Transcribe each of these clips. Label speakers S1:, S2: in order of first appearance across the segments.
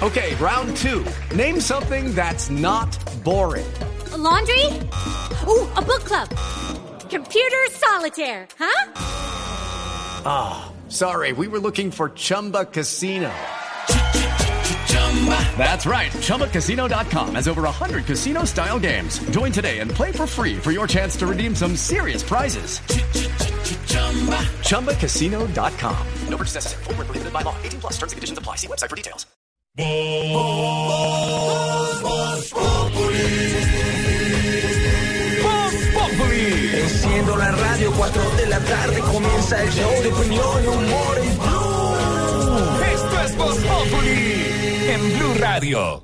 S1: Okay, round two. Name something that's not boring.
S2: A laundry? Ooh, a book club. Computer solitaire, huh?
S1: Ah, sorry, we were looking for Chumba Casino. That's right, ChumbaCasino.com has over 100 casino-style games. Join today and play for free for your chance to redeem some serious prizes. ChumbaCasino.com. No purchase necessary. Void where prohibited by law. 18+ terms and conditions apply. See website for details.
S3: Voz Populi. Enciendo la radio, 4 de la tarde comienza el show de opinión y humor en Blue. Esto es Voz Populi en Blue Radio.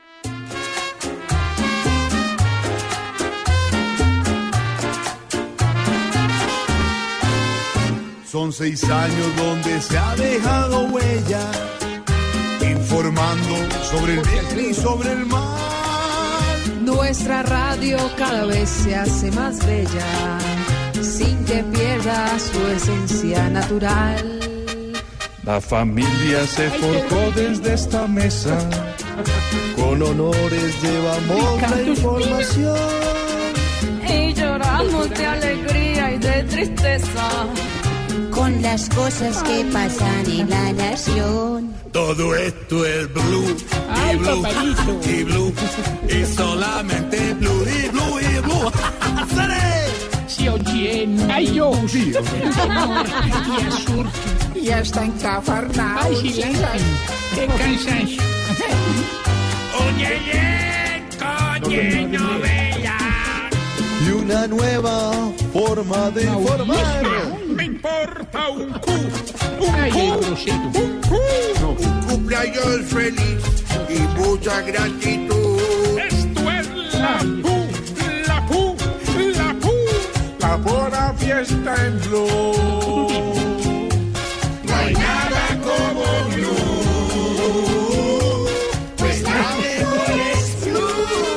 S4: Son 6 años donde se ha dejado huella, informando sobre el bien y sobre el mal.
S5: Nuestra radio cada vez se hace más bella, sin que pierda su esencia natural.
S6: La familia se forjó desde esta mesa, con honores llevamos la información.
S5: Y lloramos de alegría y de tristeza,
S7: con las cosas que pasan en la nación.
S8: Todo esto es Blue, y Blue, y Blue, y solamente Blue, y Blue, y Blue.
S9: Si oyen, ay yo, sí, y azul,
S10: y hasta en Cafarnaúm.
S9: Ay, silencio, qué cansancio. Oye, novela.
S6: Y una nueva forma de informar.
S8: Me importa un cu,
S10: un cumpleaños feliz y mucha gratitud.
S8: Esto es
S10: la buena fiesta en Blue. No hay nada como Blue, pues la mejor es Blue.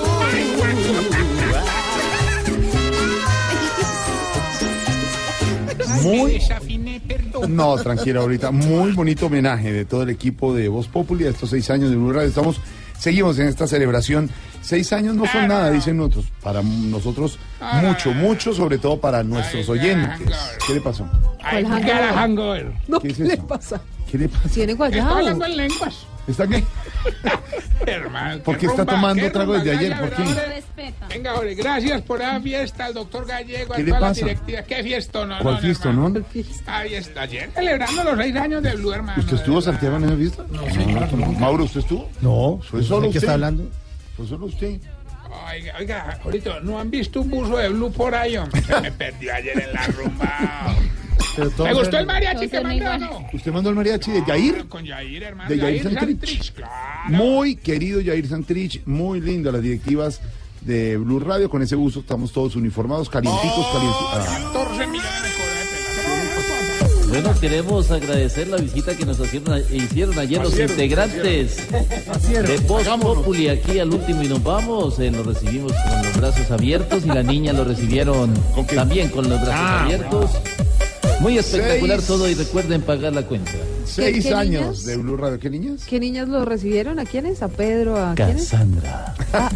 S4: Muy... No, tranquila, ahorita. Muy bonito homenaje de todo el equipo de Voz Populi a estos 6 años de Blue Radio. Seguimos en esta celebración. 6 años no son nada, dicen otros. Para nosotros, mucho, sobre todo para nuestros oyentes. ¿Qué le pasó?
S9: Hangover.
S5: No,
S4: ¿Qué es
S5: ¿qué
S4: eso?
S5: le pasa?
S4: ¿Qué le pasa?
S5: Tiene
S9: Estoy
S5: guayabo.
S9: hablando en lenguas.
S4: ¿Está qué?
S9: Hermano,
S4: ¿Por qué está tomando trago desde ayer? ¿Por qué?
S9: Venga, Jorge, gracias por la fiesta al doctor Gallego,
S4: ¿Qué
S9: a
S4: le
S9: toda la
S4: pasa?
S9: directiva. ¿Qué fiestón?
S4: ¿Cuál fiesta, no?
S9: Ahí está, ayer celebrando los 6 años de Blue, hermano.
S4: ¿Usted estuvo, Santiago, en esa fiesta? No. Mauro, ¿usted estuvo?
S11: No.
S4: ¿Fue solo
S11: ¿De
S4: usted?
S11: qué está hablando?
S4: ¿Fue solo usted?
S9: Oiga, ahorita, ¿no han visto un buzo de Blue por ahí, hombre? Se me perdió ayer en la rumba. ¿Me gustó el mariachi que mandó o no?
S4: ¿Usted mandó el mariachi de Yair?
S9: Con Yair, hermano.
S4: De Yair
S9: Santrich,
S4: Santrich.
S9: claro.
S4: Muy querido Yair Santrich, muy lindo. Las directivas de Blue Radio, con ese buzo estamos todos uniformados, calienticos.
S9: 14 millones de
S12: Bueno, queremos agradecer la visita que nos hicieron ayer los integrantes de Voz Populi aquí al último y nos vamos. Los recibimos con los brazos abiertos y la niña lo recibieron también con los brazos abiertos. Muy espectacular todo y recuerden pagar la cuenta.
S4: 6
S5: ¿Qué
S4: años
S5: niñas?
S4: de Blue Radio. ¿Qué niñas?
S5: ¿Qué niñas lo recibieron? ¿A quiénes? ¿A Pedro? ¿A quiénes?
S12: Cassandra.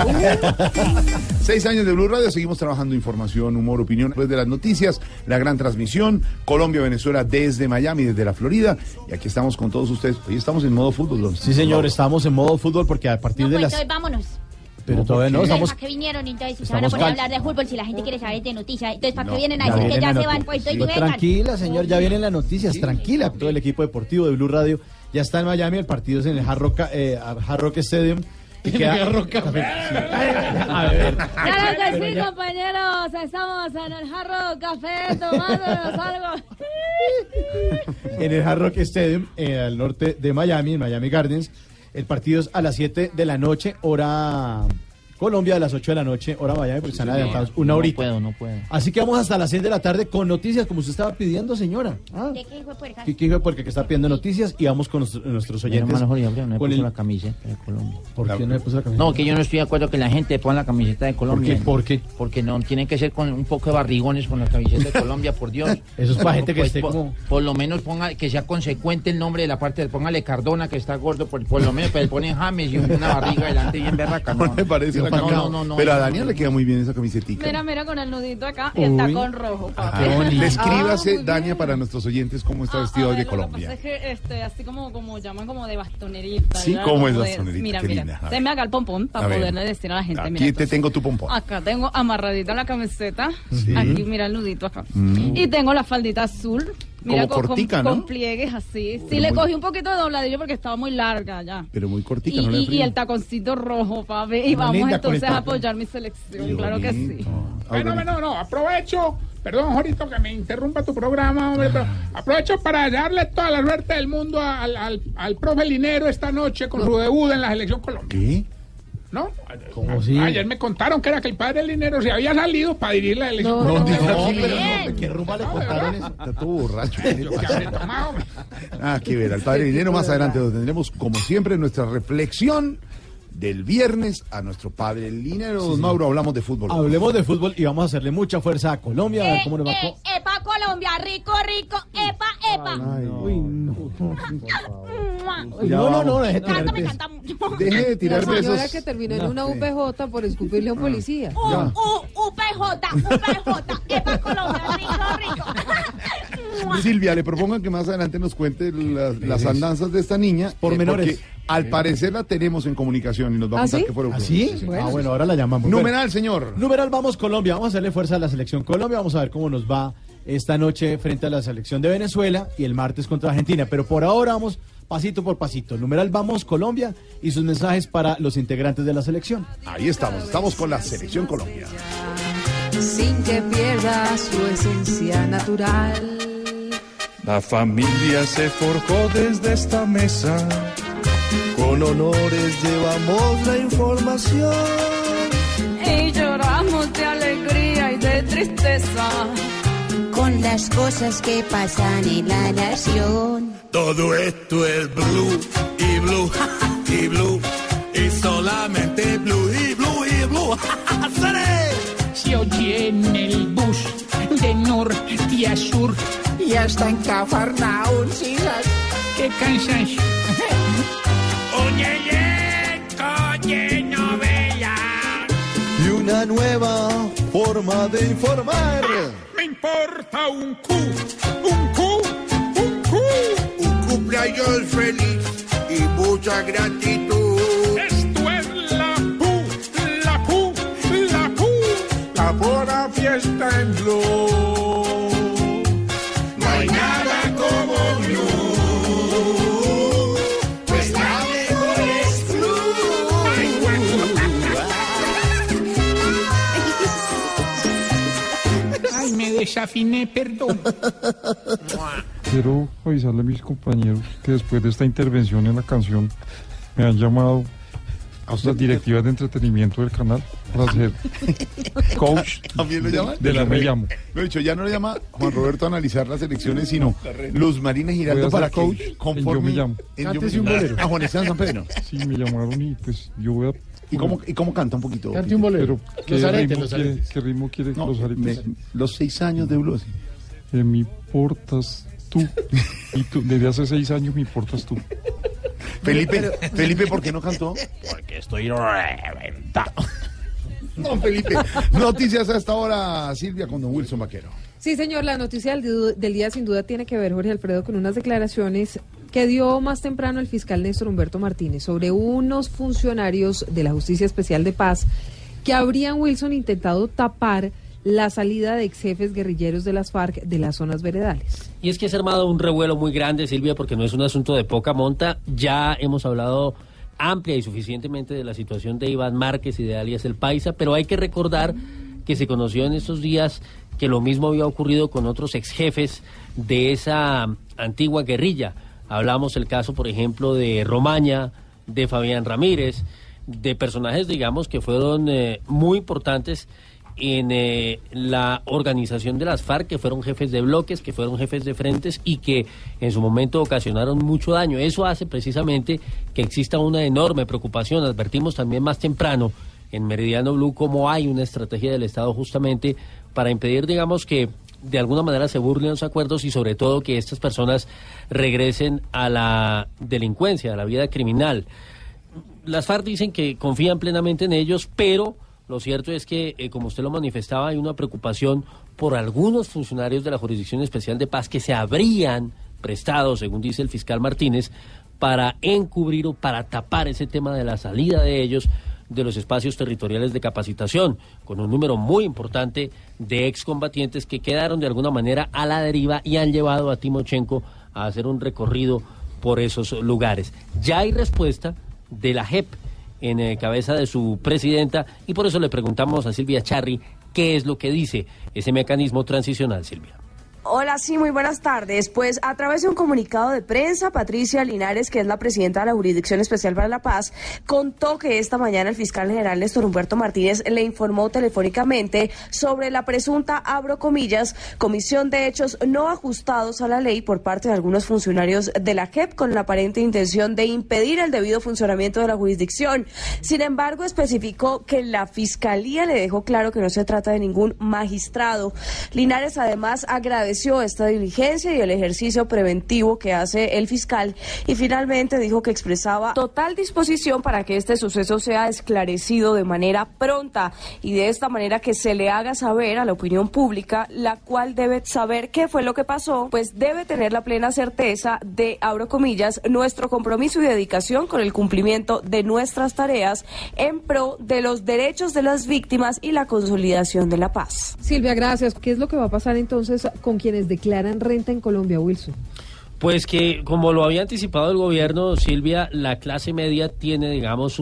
S4: 6 años de Blue Radio, seguimos trabajando información, humor, opinión, después de las noticias, la gran transmisión, Colombia-Venezuela desde Miami, desde la Florida, y aquí estamos con todos ustedes. Hoy estamos en modo fútbol, ¿no?
S11: Sí, señor, estamos en modo fútbol porque a partir de las...
S7: Entonces vámonos.
S11: Pero todavía no, estamos...
S7: ¿Para qué vinieron? Entonces, se van a poner a hablar de fútbol si la gente quiere saber de noticias. Entonces, ¿para qué vienen a decir que ya se van? Pues estoy vengan.
S11: Tranquila, señor, ya vienen las noticias, tranquila. Todo el equipo deportivo de Blue Radio ya está en Miami, el partido es en el Hard Rock Stadium. Y queda... A ver.
S5: Claro que sí, compañeros, estamos en el Hard Rock Café tomándonos algo.
S11: En el Hard Rock Stadium, al norte de Miami, en Miami Gardens. El partido es a las 7 de la noche, hora Colombia, a las 8 de la noche, hora Miami, porque están adelantados una horita.
S12: No puedo.
S11: Así que vamos hasta las 6 de la tarde con noticias, como usted estaba pidiendo, señora.
S7: ¿De qué hijo de puerca?
S11: ¿Qué hijo de puerca que está pidiendo noticias? Y vamos con nuestros oyentes.
S12: No me
S11: con
S12: puso la camiseta de Colombia.
S11: ¿Por qué no le puso la camiseta?
S12: No, que yo no estoy de acuerdo que la gente ponga la camiseta de Colombia.
S11: ¿Por qué?
S12: Porque no, tienen que ser con un poco de barrigones con la camiseta de Colombia, por Dios.
S11: Eso es para gente que
S12: Pues,
S11: esté como...
S12: Por lo menos ponga, que sea consecuente el nombre de la parte, póngale Cardona, que está gordo, por lo menos, pero le ponen James y una barriga delante bien berraca.
S4: No me parece la camiseta.
S12: No.
S4: Pero a Daniel le queda muy bien esa camisetica.
S13: Mira, con el nudito acá y el tacón rojo, papi.
S4: Descríbase, Dania, para nuestros oyentes, cómo está vestido hoy de Colombia.
S13: Lo que pasa es que así como llaman como de bastonerita.
S4: Sí, ¿cómo es bastonerita?
S13: Mira,
S4: Qué linda.
S13: déme acá el pompón para poderle decir a la gente.
S4: Aquí
S13: mira,
S4: te tengo tu pompón.
S13: Acá tengo amarradita la camiseta.
S4: Sí.
S13: Aquí, mira el nudito acá. Y tengo la faldita azul. Mira,
S4: como cortica, ¿no?
S13: Con pliegues así. Sí,
S4: muy...
S13: cogí un poquito de dobladillo porque estaba muy larga ya.
S4: Pero muy cortica,
S13: y,
S4: ¿no?
S13: y el taconcito rojo, papi. Y vamos entonces a apoyar mi selección. Qué claro bonito. Que sí.
S9: No. Aprovecho. Perdón, Jorito, que me interrumpa tu programa, hombre, pero aprovecho para darle toda la suerte del mundo al profe Linero esta noche con su debut en la selección Colombia.
S4: ¿Qué?
S9: ¿No?
S11: ¿Cómo así?
S9: Ayer me contaron que era que el padre del Linero se había salido para dirigir la elección.
S11: No, ¿qué rumba le contaron eso?
S4: Está todo borracho.
S11: Que
S4: ver, al padre Linero más adelante lo tendremos, como siempre, nuestra reflexión del viernes a nuestro padre Linero. Don Mauro, hablamos de fútbol.
S11: Hablemos de fútbol y vamos a hacerle mucha fuerza a Colombia. A ver cómo nos va.
S7: Epa Colombia, rico, epa.
S11: No, deje de tirar
S7: Me
S11: besos.
S7: encanta mucho.
S4: Deje de tirar
S5: La señora
S4: besos.
S5: que terminó en una UPJ por escupirle a un policía.
S7: UPJ, epa Colombia, rico.
S4: Silvia, le propongo que más adelante nos cuente las andanzas de esta niña.
S11: Pormenores.
S4: Porque al parecer la tenemos en comunicación y nos va a contar qué fue lo que
S11: ¿Ah, sí? Bueno, ahora la llamamos.
S4: Numeral, señor.
S11: Numeral, vamos Colombia. Vamos a hacerle fuerza a la selección Colombia. Vamos a ver cómo nos va esta noche frente a la selección de Venezuela y el martes contra Argentina. Pero por ahora vamos pasito por pasito. Numeral, vamos Colombia y sus mensajes para los integrantes de la selección.
S4: Ahí estamos con la selección Colombia.
S5: Sin que pierda su esencia natural.
S6: La familia se forjó desde esta mesa. Con honores llevamos la información.
S13: Y lloramos de alegría y de tristeza.
S2: Con las cosas que pasan en la nación.
S8: Todo esto es blue y blue y blue y solamente blue y blue y blue.
S9: Se oye en el bus de norte a sur
S10: y hasta en Cafarnaúm, hijas.
S9: ¡Qué cansancio!
S10: Oye, novela.
S6: Y una nueva forma de informar.
S10: Me importa un cumpleaños feliz y mucha gratitud.
S9: Esto es
S10: la pura fiesta en Blue. No hay nada como Blue, pues la mejor es Blue.
S9: Ay, me desafiné, perdón.
S14: Quiero avisarle a mis compañeros que después de esta intervención en la canción me han llamado a las directivas de entretenimiento del canal para ser coach.
S4: ¿También lo llaman?
S14: Me llamo.
S4: Lo he dicho, ya no le llama Juan Roberto a analizar las elecciones, sino Luz Marina Giraldo para coach.
S14: Conforme yo me llamo.
S11: Cántese un bolero.
S4: A Juan Esteban San Pedro.
S14: Sí, me llamaron y pues yo voy a...
S4: ¿Y cómo canta un poquito?
S11: Cante un bolero.
S14: ¿Qué ritmo quiere
S4: no,
S14: los aretes?
S4: Los 6 años de blues.
S14: Me importas tú. Y tú, desde hace 6 años me importas tú.
S4: Felipe, ¿por qué no cantó?
S12: Porque estoy reventado.
S4: No, Felipe. Noticias a esta hora, Silvia, con don Wilson Vaquero.
S5: Sí, señor, la noticia del día sin duda tiene que ver, Jorge Alfredo, con unas declaraciones que dio más temprano el fiscal Néstor Humberto Martínez sobre unos funcionarios de la Justicia Especial de Paz que habrían, Wilson, intentado tapar la salida de ex jefes guerrilleros de las FARC de las zonas veredales.
S15: Y es que se ha armado un revuelo muy grande, Silvia, porque no es un asunto de poca monta. Ya hemos hablado amplia y suficientemente de la situación de Iván Márquez y de alias El Paisa, pero hay que recordar que se conoció en estos días que lo mismo había ocurrido con otros ex jefes de esa antigua guerrilla. Hablamos el caso, por ejemplo, de Romaña, de Fabián Ramírez, de personajes, digamos, que fueron muy importantes en la organización de las FARC, que fueron jefes de bloques, que fueron jefes de frentes y que en su momento ocasionaron mucho daño. Eso hace precisamente que exista una enorme preocupación. Advertimos también más temprano en Meridiano Blue cómo hay una estrategia del Estado justamente para impedir, digamos, que de alguna manera se burlen los acuerdos y sobre todo que estas personas regresen a la delincuencia, a la vida criminal. Las FARC dicen que confían plenamente en ellos, pero lo cierto es que, como usted lo manifestaba, hay una preocupación por algunos funcionarios de la Jurisdicción Especial de Paz que se habrían prestado, según dice el fiscal Martínez, para encubrir o para tapar ese tema de la salida de ellos de los espacios territoriales de capacitación, con un número muy importante de excombatientes que quedaron de alguna manera a la deriva y han llevado a Timochenko a hacer un recorrido por esos lugares. Ya hay respuesta de la JEP en cabeza de su presidenta, y por eso le preguntamos a Silvia Charri qué es lo que dice ese mecanismo transicional, Silvia.
S16: Hola, sí, muy buenas tardes. Pues a través de un comunicado de prensa, Patricia Linares, que es la presidenta de la Jurisdicción Especial para la Paz, contó que esta mañana el fiscal general Néstor Humberto Martínez le informó telefónicamente sobre la presunta, abro comillas, comisión de hechos no ajustados a la ley por parte de algunos funcionarios de la JEP con la aparente intención de impedir el debido funcionamiento de la jurisdicción. Sin embargo, especificó que la fiscalía le dejó claro que no se trata de ningún magistrado. Linares además agradeció esta diligencia y el ejercicio preventivo que hace el fiscal y finalmente dijo que expresaba total disposición para que este suceso sea esclarecido de manera pronta y de esta manera que se le haga saber a la opinión pública, la cual debe saber qué fue lo que pasó, pues debe tener la plena certeza de, abro comillas, nuestro compromiso y dedicación con el cumplimiento de nuestras tareas en pro de los derechos de las víctimas y la consolidación de la paz.
S5: Silvia, gracias. ¿Qué es lo que va a pasar entonces con quienes declaran renta en Colombia, Wilson?
S15: Pues que, como lo había anticipado el gobierno, Silvia, la clase media tiene, digamos,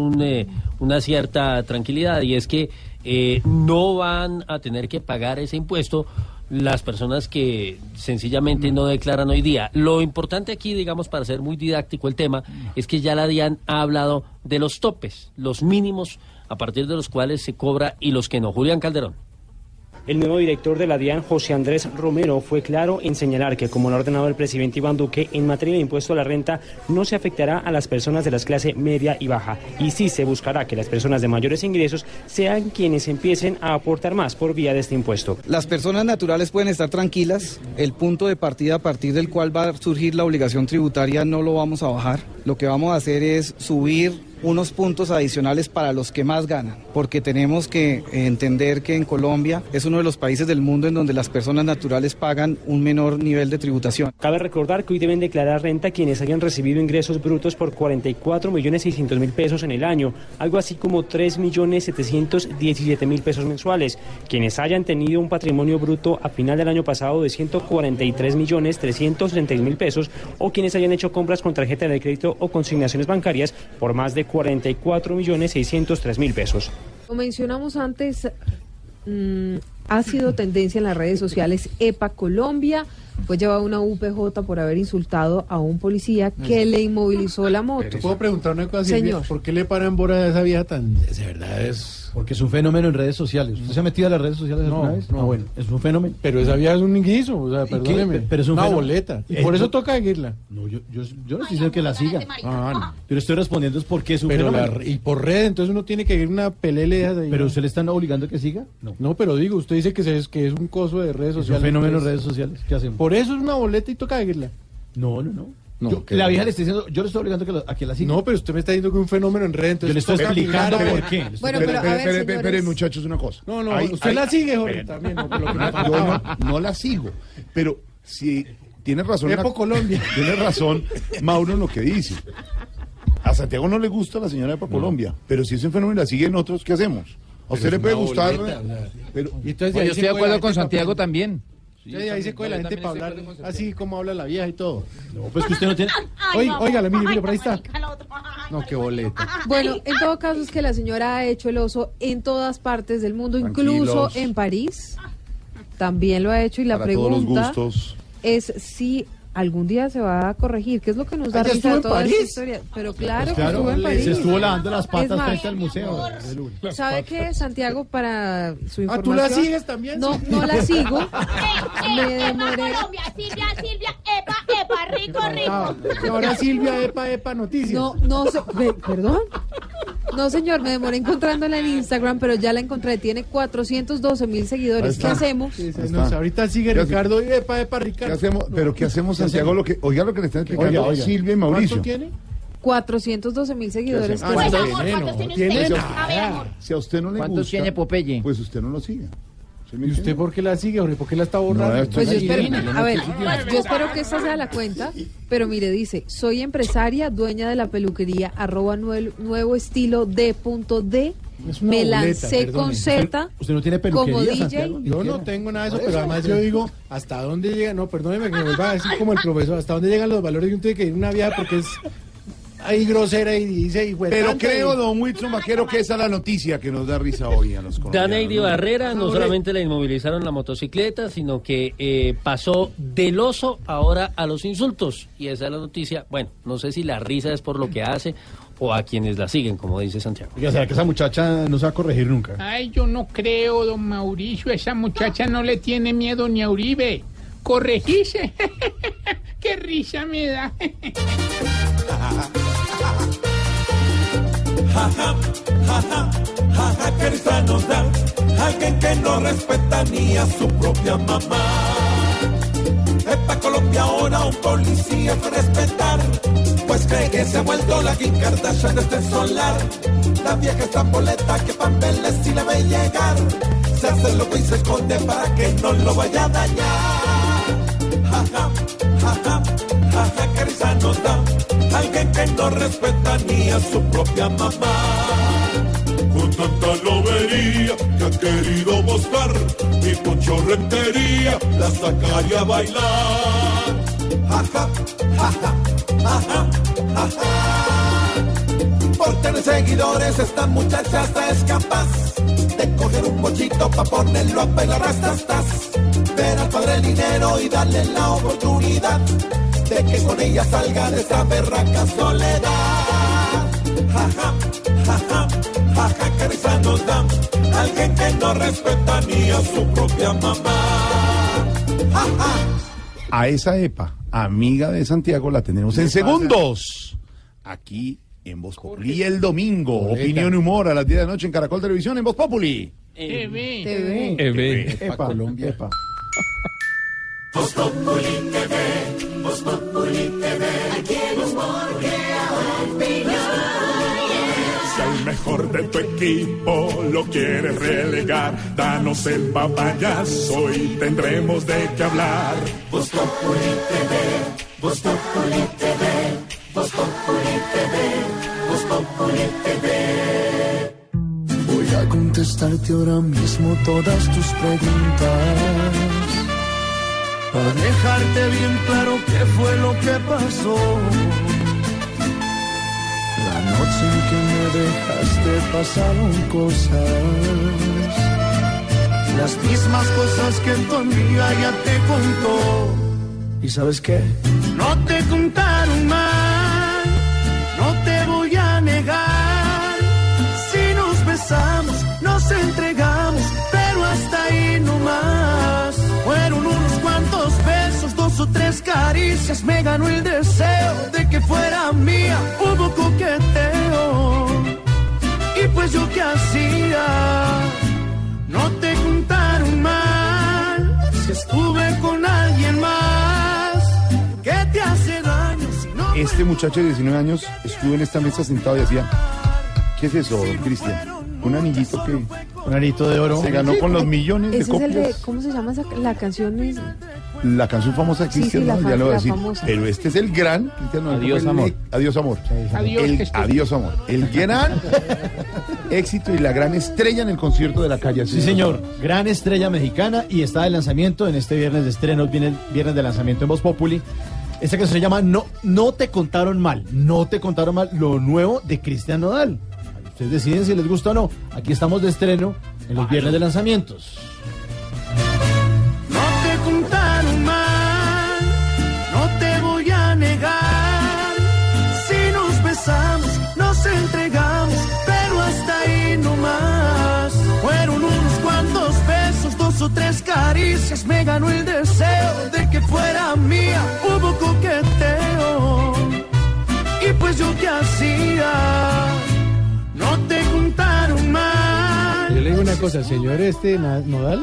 S15: una cierta tranquilidad, y es que no van a tener que pagar ese impuesto las personas que sencillamente no declaran hoy día. Lo importante aquí, digamos, para ser muy didáctico el tema, es que ya la DIAN ha hablado de los topes, los mínimos a partir de los cuales se cobra y los que no. Julián Calderón.
S17: El nuevo director de la DIAN, José Andrés Romero, fue claro en señalar que, como lo ha ordenado el presidente Iván Duque, en materia de impuesto a la renta no se afectará a las personas de las clases media y baja, y sí se buscará que las personas de mayores ingresos sean quienes empiecen a aportar más por vía de este impuesto.
S18: Las personas naturales pueden estar tranquilas, el punto de partida a partir del cual va a surgir la obligación tributaria no lo vamos a bajar, lo que vamos a hacer es subir unos puntos adicionales para los que más ganan, porque tenemos que entender que en Colombia es uno de los países del mundo en donde las personas naturales pagan un menor nivel de tributación.
S17: Cabe recordar que hoy deben declarar renta quienes hayan recibido ingresos brutos por 44.600.000 pesos en el año, algo así como 3.717.000 pesos mensuales, quienes hayan tenido un patrimonio bruto a final del año pasado de 143.331.000 pesos, o quienes hayan hecho compras con tarjeta de crédito o consignaciones bancarias por más de 44.603.000 pesos.
S5: Lo mencionamos antes, ha sido tendencia en las redes sociales EPA Colombia, pues lleva una UPJ por haber insultado a un policía que le inmovilizó la moto.
S11: ¿Te puedo preguntar una cosa,
S5: señor?
S11: ¿Por qué le paran bola a esa vieja tan... De verdad es... Porque es un fenómeno en redes sociales. ¿Usted se ha metido a las redes sociales alguna vez? No, bueno, es un fenómeno.
S19: Pero esa vieja es un guiso, o sea, perdóneme.
S11: Pero es una
S19: boleta. Y por eso toca seguirla.
S11: No, yo no estoy diciendo que la siga. No. Yo le estoy respondiendo es porque es un fenómeno.
S19: Y por red, entonces uno tiene que ir una pelea de ahí.
S11: ¿Pero usted le están obligando a que siga?
S19: No, pero digo, usted dice que es un coso de redes sociales.
S11: Es un fenómeno en redes sociales. ¿Qué hacemos?
S19: Por eso es una boleta y toca seguirla.
S11: No. La vieja le está diciendo, yo le estoy obligando a que la siga.
S19: No, pero usted me está diciendo que es un fenómeno en red, entonces...
S11: Yo le estoy explicando por qué.
S5: Bueno, pero a ver,
S4: espere, muchachos, una cosa.
S19: No, usted la sigue, Jorge, también.
S4: Yo no la sigo, pero si tiene razón...
S19: Colombia.
S4: Tiene razón Mauro en lo que dice. A Santiago no le gusta la señora Epo Colombia, pero si es un fenómeno y la siguen otros, ¿qué hacemos? A usted le puede gustar...
S19: Pero
S20: yo estoy de acuerdo con Santiago también.
S19: Sí, ahí se coge la gente para hablar así como habla la vieja y todo.
S11: No, pues que usted no tiene...
S19: Óigala, mire, por ahí está.
S20: No, qué boleta.
S5: Bueno, en todo caso es que la señora ha hecho el oso en todas partes del mundo, incluso en París. También lo ha hecho y la pregunta es si algún día se va a corregir. ¿Qué es lo que nos da risa de toda esta historia? Pero claro, que estuvo en París.
S11: Se estuvo lavando las patas
S5: más,
S11: frente al museo.
S5: ¿Sabe qué, Santiago, para su información?
S19: ¿Tú la sigues también?
S5: No, no la sigo. Me demoré.
S7: Colombia, Silvia, epa, rico.
S19: Y ahora Silvia, epa, noticias.
S5: No, perdón. No, señor, me demoré encontrándola en Instagram, pero ya la encontré. Tiene 412,000 seguidores. ¿Qué hacemos?
S19: Ahorita sigue Ricardo, epa, Ricardo.
S4: ¿Qué hacemos? ¿Pero qué hacemos, Santiago? Oiga lo que le están explicando Silvia y Mauricio.
S19: ¿Cuánto tiene?
S5: 412,000 seguidores.
S7: Pues, amor, ¿cuántos tiene usted? A ver, amor.
S4: Si a usted no le gusta...
S20: ¿Cuántos tiene Popeye?
S4: Pues usted no lo siga.
S19: ¿Y usted por qué la sigue, hombre? ¿Por qué la está borrando?
S5: Pues yo espero que esta sea la cuenta, pero mire, dice, soy empresaria, dueña de la peluquería, @nuevo estilo D.D. Me lancé con Z.
S11: ¿Usted no tiene peluquería,
S5: como DJ?
S11: Santiago?
S19: Yo no tengo nada de eso, pero además yo digo, ¿hasta dónde llega? No, perdóneme que me vuelva a decir como el profesor, ¿hasta dónde llegan los valores de un tiene que ir a una vieja porque es ahí grosera y dice...
S4: Pero creo, don Wilson Vaquero, que esa es la noticia que nos da risa hoy a los colombianos.
S15: Daneidy Barrera no solamente le inmovilizaron la motocicleta, sino que pasó del oso ahora a los insultos. Y esa es la noticia. Bueno, no sé si la risa es por lo que hace o a quienes la siguen, como dice Santiago.
S11: Oiga, ¿será que esa muchacha no se va a corregir nunca?
S9: Ay, yo no creo, don Mauricio. Esa muchacha no le tiene miedo ni a Uribe. Corregirse. Qué risa me da.
S10: Jaja, que risa nos da alguien que no respeta ni a su propia mamá. Epa, Colombia ahora un policía fue respetar, pues cree que se ha vuelto la Kim Kardashian de este solar. La vieja es tan boleta que papeles si la ve llegar, se hace loco y se esconde para que no lo vaya a dañar. Jaja, que risa nos da alguien que no respeta ni a su propia mamá. Con tanta lobería que ha querido mostrar y con chorretería la sacaría a bailar. Por tener seguidores esta muchacha hasta es capaz de coger un mochito pa' ponerlo a bailar rastas. Ver al padre el dinero y darle la oportunidad de que con ella salga de esa berraca soledad. Jaja, que risa nos da alguien que no respeta ni a su propia mamá.
S4: A esa EPA, amiga de Santiago, la tenemos en segundos. Aquí en Voz Populi. Y el domingo, opinión y humor a las 10 de la noche en Caracol Televisión en Voz Populi.
S11: TV.
S4: EPA, Colombia. EPA.
S10: Voz Populi TV, Voz Populi TV. Aquí el humor crea opinión. Si al mejor de tu equipo lo quieres relegar, danos el papayazo y tendremos de qué hablar. Voz Populi TV, Voz Populi TV, Voz Populi TV, Voz Populi TV.
S6: Voy a contestarte ahora mismo todas tus preguntas, para dejarte bien claro qué fue lo que pasó. La noche en que me dejaste pasaron cosas, las mismas cosas que tu amiga ya te contó. ¿Y sabes qué? No te contaron mal, no te voy a negar. Si nos besamos, nos entregamos, pero hasta ahí no más. Fueron unos cuantos besos, 2 o 3 caricias, me ganó el deseo de que fuera mía. Hubo coqueteo, y pues yo qué hacía. No te contaron mal, si estuve con alguien más, ¿qué te hace daño? Si no...
S4: Este muchacho de 19 años estuvo en esta mesa sentado y decía, ¿qué es eso, Cristian? Un anillito que...
S11: Un anillito de oro.
S4: Se ganó con los millones de copias.
S5: Es el de, ¿cómo se llama la canción?
S4: La canción famosa de Cristian,
S5: sí,
S4: ¿no? Ya lo voy a decir.
S5: famosa.
S4: Pero este es el gran Cristian.
S20: Adiós, amor.
S4: Adiós, amor. Adiós, amor. El gran éxito y la gran estrella en el concierto de la calle.
S11: Sí, señor. Gran estrella mexicana y está de lanzamiento en este viernes de estreno, viene el viernes de lanzamiento en Voz Populi. Esta canción se llama No te contaron mal. No te contaron mal. Lo nuevo de Cristian Nodal. Ustedes deciden si les gusta o no. Aquí estamos de estreno en los viernes de lanzamientos.
S6: No te contaron mal, no te veces me ganó el deseo de que fuera mía. Hubo coqueteo. Y pues yo qué hacía, no te contaron mal.
S19: Yo le digo una cosa, señor Nodal.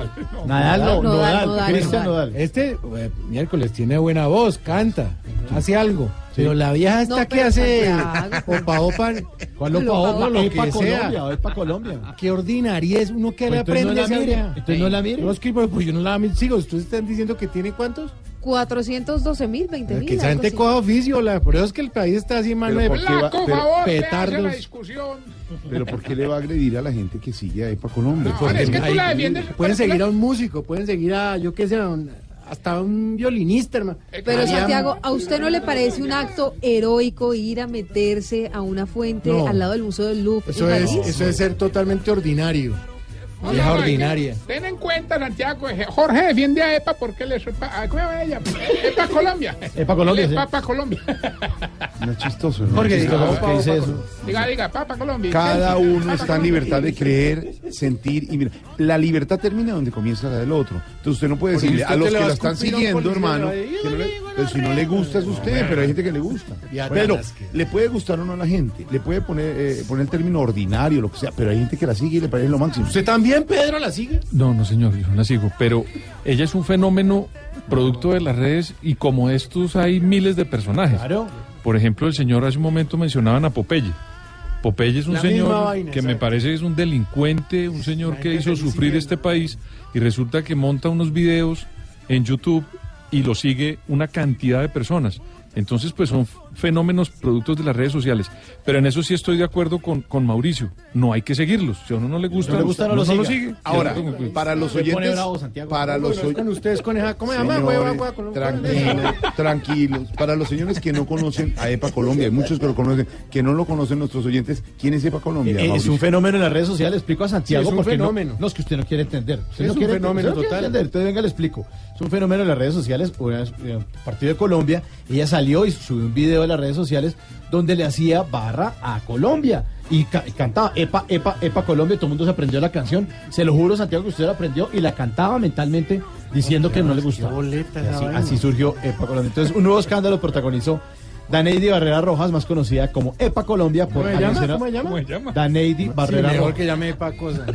S19: Nodal. Cristian Nodal. Miércoles tiene buena voz, canta, hace algo. Sí. Pero la vieja esta que hace opa.
S11: ¿Cuál opa?
S19: Lo que sea.
S11: Opa Colombia.
S19: Qué ordinaria es uno que le aprende a esa vieja.
S11: Entonces no la mire.
S19: No, es que pues yo no la sigo. ¿Ustedes están diciendo que tiene cuántos?
S5: 412.000, 20.000.
S19: Que esa gente coja oficio, por eso es que el país está así, mano de
S9: petardos. La discusión.
S4: Pero ¿por qué le va a agredir a la gente que sigue a EPA Colombia?
S9: No, es que tú la defiendes.
S19: Pueden seguir a un músico, pueden seguir a, yo qué sé, hasta un violinista, hermano.
S5: Pero Santiago, ¿a usted no le parece un acto heroico ir a meterse a una fuente al lado del Museo del Louvre?
S19: Eso es ser totalmente ordinario. Vieja ordinaria.
S9: Ten en cuenta, Santiago, Jorge defiende a EPA porque él es ¿cómo se llama? EPA Colombia.
S11: EPA Colombia.
S9: EPA Colombia.
S4: No es chistoso, ¿no?
S11: Jorge, dice eso.
S9: Diga, EPA Colombia.
S4: Cada uno está en libertad de creer, sentir y mira. La libertad termina donde comienza la del otro. Entonces usted no puede decirle a los que la están siguiendo, hermano, pero si no le gusta es usted, pero hay gente que le gusta. Pero le puede gustar o no a la gente, le puede poner el término ordinario, lo que sea, pero hay gente que la sigue y le parece lo máximo.
S19: ¿Usted también, Pedro, la sigue?
S14: No, señor, yo no la sigo, pero ella es un fenómeno producto de las redes y como estos hay miles de personajes.
S11: Claro.
S14: Por ejemplo, el señor hace un momento mencionaban a Popeye. Popeye es un señor que me parece que es un delincuente, un señor que hizo sufrir este país y resulta que monta unos videos en YouTube y lo sigue una cantidad de personas. Entonces, pues son fenómenos productos de las redes sociales. Pero en eso sí estoy de acuerdo con Mauricio. No hay que seguirlos. Si a uno no le gusta,
S11: no lo
S14: sigue.
S4: Ahora, para los oyentes,
S19: con ustedes con esa, ¿cómo se llama?
S4: Tranquilos. Para los señores que no conocen a EPA Colombia, hay muchos que lo conocen, que no lo conocen nuestros oyentes. ¿Quién es EPA Colombia?
S11: Es un fenómeno en las redes sociales. Explico a Santiago
S19: es un
S11: porque
S19: fenómeno.
S11: No es que usted no quiere entender.
S19: Es un fenómeno total.
S11: Entonces venga, le explico. Es un fenómeno en las redes sociales. Partido de Colombia, ella salió y subió un video de las redes sociales donde le hacía barra a Colombia y cantaba EPA Colombia. Todo el mundo se aprendió la canción, se lo juro, Santiago, que usted la aprendió y la cantaba mentalmente diciendo que no le gustaba. Así surgió EPA Colombia. Entonces un nuevo escándalo protagonizó Daneidy Barrera Rojas, más conocida como EPA Colombia.
S19: ¿Cómo se llama?
S11: Daneidy Barrera Rojas.
S19: Mejor que llame EPA cosa.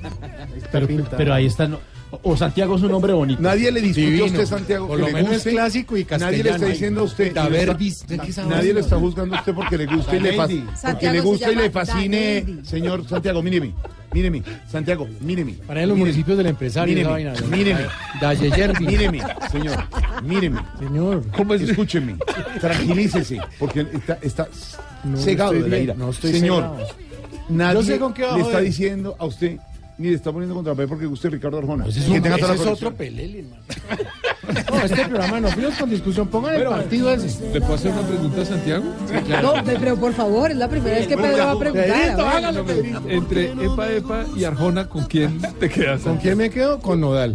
S11: Pero ahí está. O Santiago es un hombre bonito.
S4: Nadie le discutió a usted, Santiago,
S19: por lo menos es clásico y castellano.
S4: Nadie le está diciendo a usted. Nadie le está juzgando a usted porque le gusta y le fascine. Señor Santiago, míreme. Santiago, míreme.
S19: Para los municipios del empresario.
S4: Míreme, señor.
S19: Señor.
S4: ¿Cómo es? Escúcheme. Tranquilícese, porque está cegado de la ira.
S19: No estoy
S4: señor,
S19: cegado.
S4: Nadie le está diciendo a usted ni le está poniendo contra P porque guste Ricardo Arjona.
S19: Pues ese es otro pelele, hermano. No, este programa no fuimos con discusión. Pongan el partido ese.
S14: ¿Le puedo hacer una pregunta a Santiago?
S5: Sí, claro. No, pero por favor, es la primera vez que Pedro va a preguntar.
S14: Entre EPA y Arjona, ¿con quién te quedas?
S19: ¿Con quién me quedo? Con Nodal.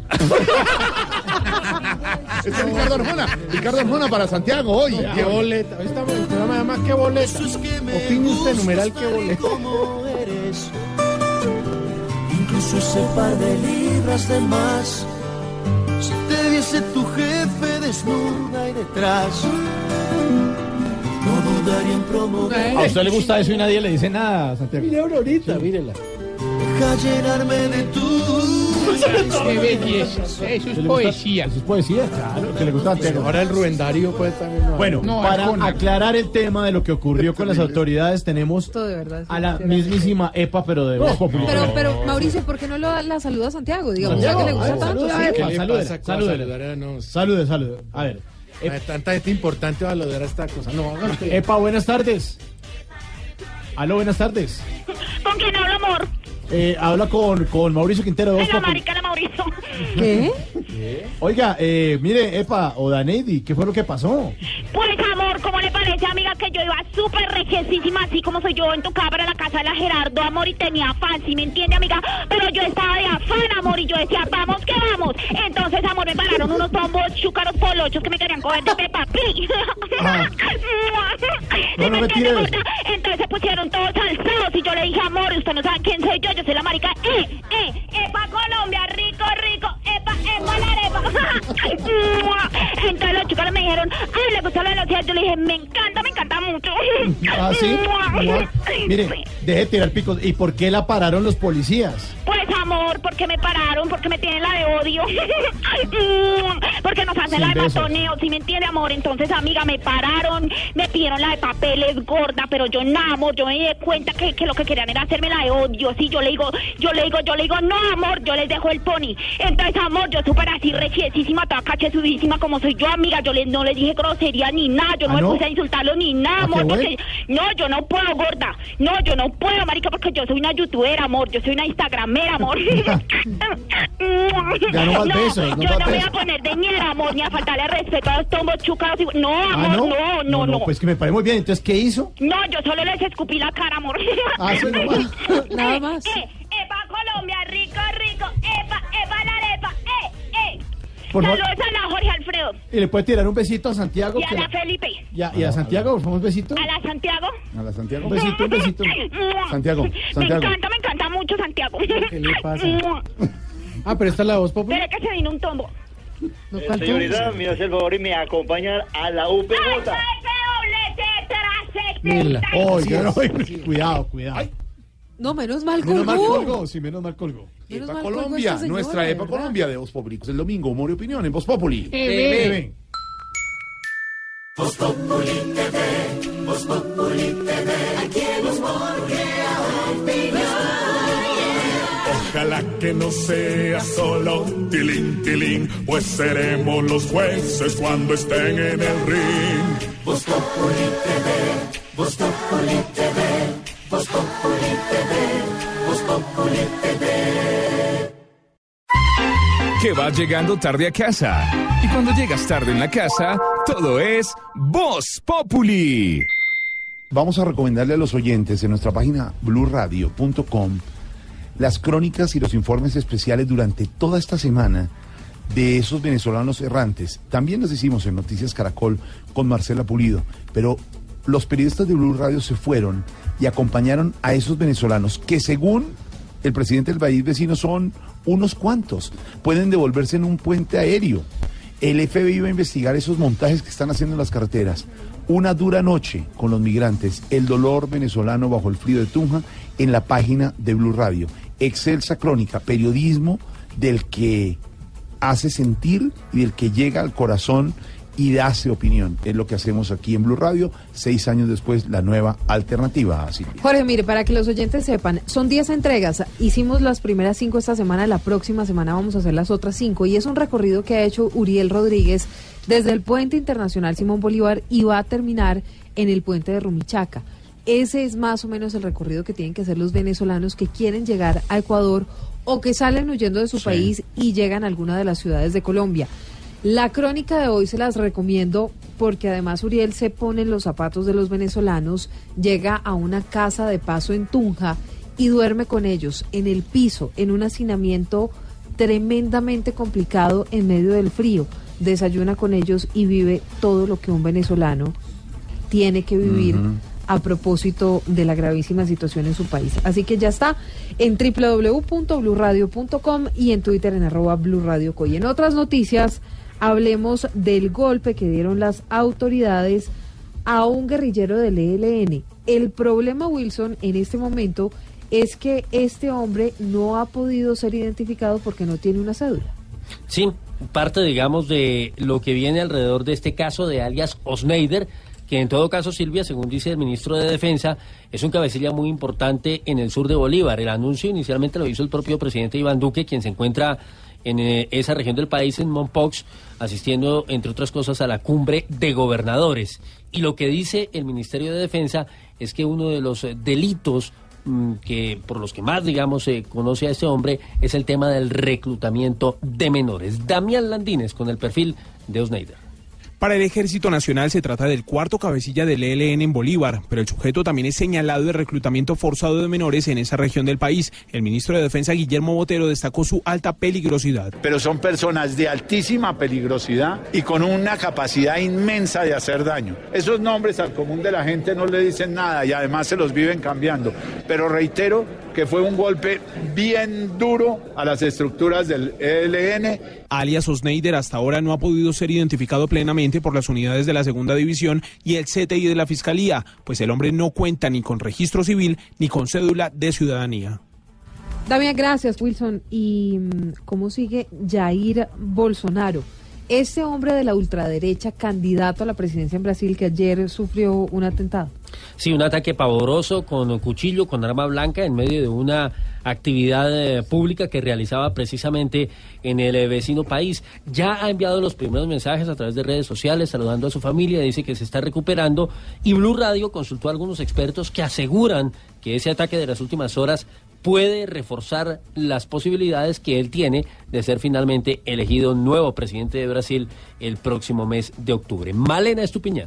S4: Este es Ricardo Arjona para Santiago hoy.
S19: ¡Qué boleta! Hoy estamos en el programa, además, ¡qué boleta! Opine usted, numeral, ¡qué boleta!
S6: Incluso ese par de libras de más, si te viese tu jefe desnuda y detrás, no dudaría en promover.
S11: ¿A usted le gusta eso y nadie le dice nada, Santiago?
S19: Mire ahorita, mírela.
S6: Deja llenarme de tu...
S9: ¡Qué belleza! Eso es poesía.
S11: Eso es poesía, claro, que le gusta a Santiago.
S19: Ahora el ruendario pues también no.
S11: Bueno, para aclarar el tema de lo que ocurrió con las autoridades, tenemos a la mismísima EPA, pero de Voz Populi.
S5: Pero Mauricio, ¿por qué no la saluda a Santiago? Digamos, ya que le gusta tanto.
S11: Salude. A ver.
S19: Tanta gente importante va a saludar a esta cosa. No,
S11: EPA, buenas tardes. Aló, buenas tardes.
S7: ¿Con quién hablo, amor?
S11: Habla con Mauricio Quintero de Voz Populi.
S7: Marica, Mauricio.
S5: ¿Qué?
S11: Oiga, mire, EPA o Daneidy, ¿qué fue lo que pasó?
S7: Pues, amor, ¿cómo le parece, amiga, que yo iba súper rejesísima, así como soy yo, en tu cámara, en la casa de la Gerardo, amor, y tenía afán, ¿sí me entiende, amiga? Pero yo estaba de afán, amor, y yo decía, vamos que vamos. Entonces, amor, me pararon unos bombos chúcaros polochos que me querían coger de Peppa Pig.
S11: No me tires.
S7: Entonces se pusieron todos alzados y yo le dije, amor, usted no sabe quién soy yo soy la marica EPA Colombia, rico, EPA la solo de los días yo le dije, me encanta mucho.
S11: ¿Ah, sí? Mire, deje de tirar picos. ¿Y por qué la pararon los policías?
S7: Pues amor, porque me pararon, porque me tienen la de odio. Porque nos hacen la de matoneo, ¿sí me entiende, amor? Entonces, amiga, me pararon, me pidieron la de papeles gorda, pero yo nada, amor, yo me di cuenta que lo que querían era hacerme la de odio. Sí, yo le digo, no, amor, yo les dejo el pony. Entonces, amor, yo súper así rechiesísima, toda cachezudísima como soy yo, amiga, no les dije grosería ni nada, yo no me puse a insultarlo ni nada, amor, porque no, yo no puedo, gorda, no, yo no puedo, marica, porque yo soy una youtubera, amor, yo soy una instagramera, amor.
S11: Ya no, besos,
S7: yo no me voy a poner de ñera, amor, ni a faltarle respeto a los tombos chucados, no, amor, no.
S11: Pues que me parece muy bien, entonces, ¿qué hizo?
S7: No, yo solo les escupí la cara, amor.
S11: Sí,
S5: nada más.
S7: Epa Colombia, rico, epa la arepa,
S11: Saludos
S7: a la Jorge Alfredo.
S11: ¿Y le puede tirar un besito a Santiago?
S7: Y a la Felipe.
S11: ¿Y a Santiago? ¿Por favor, un besito?
S7: ¿A la Santiago?
S4: A la Santiago.
S11: Un besito. Santiago.
S7: Me encanta mucho Santiago.
S19: ¿Qué le pasa? Pero esta es la voz popular.
S7: Espera que se vino un tombo.
S21: Señorita, me hace el favor y me acompaña a la UPJ.
S11: Mira, cuidado. Ay.
S5: No, menos mal colgó.
S11: Menos mal colgó.
S4: EPA Colombia, nuestra EPA Colombia de Voz Populi. El domingo, humor y opinión en Voz Populi.
S10: Voz Populi TV, Voz Populi TV. Aquí el humor crea opinión. Ojalá que no sea solo tilín, pues seremos los jueces cuando estén en el ring. Voz Populi TV, Voz Populi TV, Voz Populi TV, Voz Populi TV.
S3: Que vas llegando tarde a casa. Y cuando llegas tarde en la casa, todo es Voz Populi.
S4: Vamos a recomendarle a los oyentes en nuestra página blurradio.com las crónicas y los informes especiales durante toda esta semana de esos venezolanos errantes. También los hicimos en Noticias Caracol con Marcela Pulido, pero los periodistas de Blue Radio se fueron y acompañaron a esos venezolanos que, según el presidente del país vecino, son unos cuantos. Pueden devolverse en un puente aéreo. El FBI va a investigar esos montajes que están haciendo en las carreteras. Una dura noche con los migrantes. El dolor venezolano bajo el frío de Tunja en la página de Blue Radio. Excelsa crónica, periodismo del que hace sentir y del que llega al corazón y hace opinión. Es lo que hacemos aquí en Blue Radio, 6 años después, la nueva alternativa, Silvia.
S5: Jorge, mire, para que los oyentes sepan, son 10 entregas. Hicimos las primeras 5 esta semana, la próxima semana vamos a hacer las otras 5. Y es un recorrido que ha hecho Uriel Rodríguez desde el Puente Internacional Simón Bolívar y va a terminar en el puente de Rumichaca. Ese es más o menos el recorrido que tienen que hacer los venezolanos que quieren llegar a Ecuador o que salen huyendo de su país y llegan a alguna de las ciudades de Colombia. La crónica de hoy se las recomiendo porque además Uriel se pone en los zapatos de los venezolanos, llega a una casa de paso en Tunja y duerme con ellos en el piso, en un hacinamiento tremendamente complicado en medio del frío. Desayuna con ellos y vive todo lo que un venezolano tiene que vivir a propósito de la gravísima situación en su país. Así que ya está en www.blurradio.com y en Twitter en @blurradioco. Y en otras noticias, hablemos del golpe que dieron las autoridades a un guerrillero del ELN. El problema, Wilson, en este momento es que este hombre no ha podido ser identificado porque no tiene una cédula.
S15: Sí, parte, digamos, de lo que viene alrededor de este caso de alias Osneider, que en todo caso, Silvia, según dice el ministro de Defensa, es un cabecilla muy importante en el sur de Bolívar. El anuncio inicialmente lo hizo el propio presidente Iván Duque, quien se encuentra en esa región del país, en Mompox, asistiendo, entre otras cosas, a la cumbre de gobernadores. Y lo que dice el Ministerio de Defensa es que uno de los delitos que por los que más, digamos, se conoce a este hombre es el tema del reclutamiento de menores. Damián Landines con el perfil de Osneider.
S22: Para el Ejército Nacional se trata del cuarto cabecilla del ELN en Bolívar, pero el sujeto también es señalado de reclutamiento forzado de menores en esa región del país. El ministro de Defensa, Guillermo Botero, destacó su alta peligrosidad.
S23: Pero son personas de altísima peligrosidad y con una capacidad inmensa de hacer daño. Esos nombres al común de la gente no le dicen nada y además se los viven cambiando. Pero reitero que fue un golpe bien duro a las estructuras del ELN.
S22: Alias Osneider hasta ahora no ha podido ser identificado plenamente, directamente por las unidades de la segunda división y el CTI de la Fiscalía, pues el hombre no cuenta ni con registro civil ni con cédula de ciudadanía.
S5: Damián, gracias, Wilson. ¿Y cómo sigue Jair Bolsonaro? Ese hombre de la ultraderecha, candidato a la presidencia en Brasil, que ayer sufrió un atentado.
S15: Sí, un ataque pavoroso con cuchillo, con arma blanca, en medio de una actividad pública que realizaba precisamente en el vecino país. Ya ha enviado los primeros mensajes a través de redes sociales, saludando a su familia, dice que se está recuperando, y Blue Radio consultó a algunos expertos que aseguran que ese ataque de las últimas horas puede reforzar las posibilidades que él tiene de ser finalmente elegido nuevo presidente de Brasil el próximo mes de octubre. Malena Estupiñán.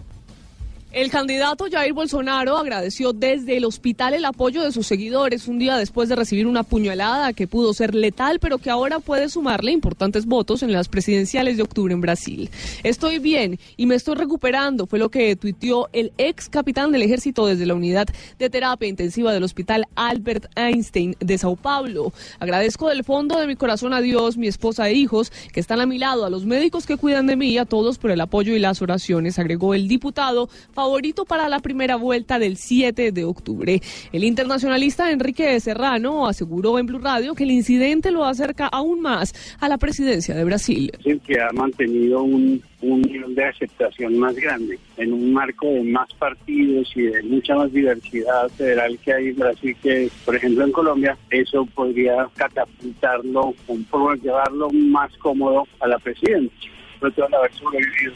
S1: El candidato Jair Bolsonaro agradeció desde el hospital el apoyo de sus seguidores un día después de recibir una puñalada que pudo ser letal, pero que ahora puede sumarle importantes votos en las presidenciales de octubre en Brasil. Estoy bien y me estoy recuperando, fue lo que tuiteó el ex capitán del ejército desde la unidad de terapia intensiva del hospital Albert Einstein de Sao Paulo. Agradezco del fondo de mi corazón a Dios, mi esposa e hijos que están a mi lado, a los médicos que cuidan de mí y a todos por el apoyo y las oraciones, agregó el diputado favorito para la primera vuelta del 7 de octubre. El internacionalista Enrique Serrano aseguró en Blue Radio que el incidente lo acerca aún más a la presidencia de Brasil.
S2: El que ha mantenido un nivel de aceptación más grande en un marco de más partidos y de mucha más diversidad federal que hay en Brasil que, por ejemplo, en Colombia. Eso podría catapultarlo, llevarlo más cómodo a la presidencia, sobre todo al haber sobrevivido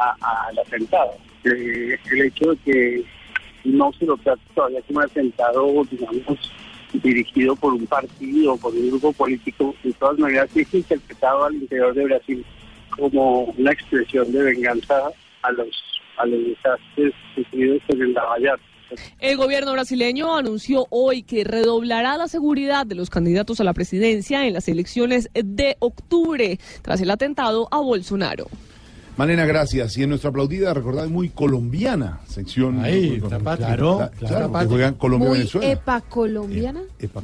S2: al atentado. El hecho de que no se lo trate todavía como un atentado, digamos, dirigido por un partido, por un grupo político, de todas maneras es interpretado al interior de Brasil como una expresión de venganza a los desastres sufridos en el Lavallato.
S1: El gobierno brasileño anunció hoy que redoblará la seguridad de los candidatos a la presidencia en las elecciones de octubre, tras el atentado a Bolsonaro.
S4: Malena, gracias. Y en nuestra aplaudida, recordad, muy colombiana sección.
S19: Ahí,
S4: claro, que juegan Colombia-Venezuela.
S5: ¿Epa-colombiana?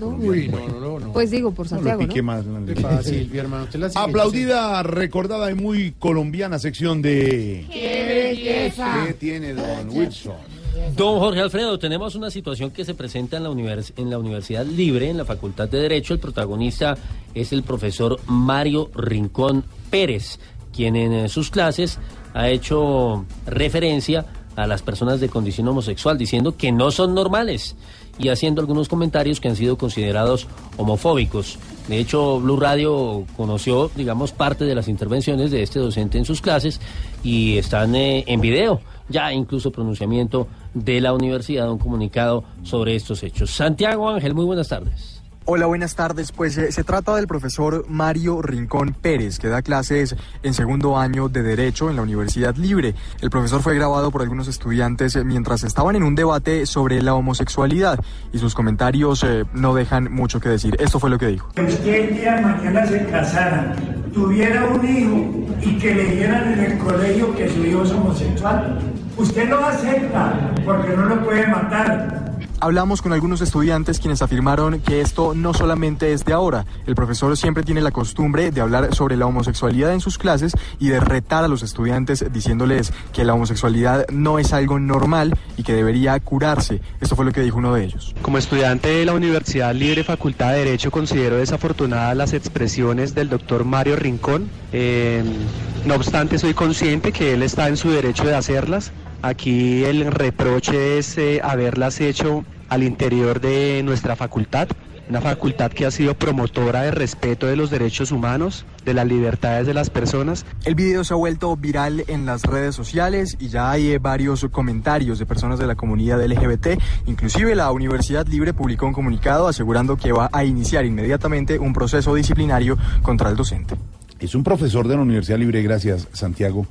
S4: No.
S5: Pues digo, por Santiago, ¿no?
S4: Más,
S19: Silvia, hermano, usted la sigue.
S4: Aplaudida, recordada y muy colombiana sección de...
S5: ¡Qué belleza!
S4: ¿Qué tiene don Wilson?
S15: Don Jorge Alfredo, tenemos una situación que se presenta en la Universidad Libre, en la Facultad de Derecho. El protagonista es el profesor Mario Rincón Pérez, quien en sus clases ha hecho referencia a las personas de condición homosexual, diciendo que no son normales y haciendo algunos comentarios que han sido considerados homofóbicos. De hecho, Blue Radio conoció, digamos, parte de las intervenciones de este docente en sus clases y están en video, ya incluso pronunciamiento de la universidad, un comunicado sobre estos hechos. Santiago Ángel, muy buenas tardes.
S13: Hola, buenas tardes. Pues se trata del profesor Mario Rincón Pérez, que da clases en segundo año de Derecho en la Universidad Libre. El profesor fue grabado por algunos estudiantes mientras estaban en un debate sobre la homosexualidad y sus comentarios no dejan mucho que decir. Esto fue lo que dijo.
S24: Usted el día de mañana se casara, tuviera un hijo y que le dieran en el colegio que su hijo es homosexual, usted lo acepta porque no lo puede matar.
S13: Hablamos con algunos estudiantes quienes afirmaron que esto no solamente es de ahora. El profesor siempre tiene la costumbre de hablar sobre la homosexualidad en sus clases y de retar a los estudiantes diciéndoles que la homosexualidad no es algo normal y que debería curarse. Esto fue lo que dijo uno de ellos.
S25: Como estudiante de la Universidad Libre Facultad de Derecho, considero desafortunadas las expresiones del doctor Mario Rincón. No obstante, soy consciente que él está en su derecho de hacerlas. Aquí el reproche es haberlas hecho al interior de nuestra facultad, una facultad que ha sido promotora de respeto de los derechos humanos, de las libertades de las personas.
S13: El video se ha vuelto viral en las redes sociales y ya hay varios comentarios de personas de la comunidad LGBT. Inclusive la Universidad Libre publicó un comunicado asegurando que va a iniciar inmediatamente un proceso disciplinario contra el docente.
S4: Es un profesor de la Universidad Libre, gracias Santiago,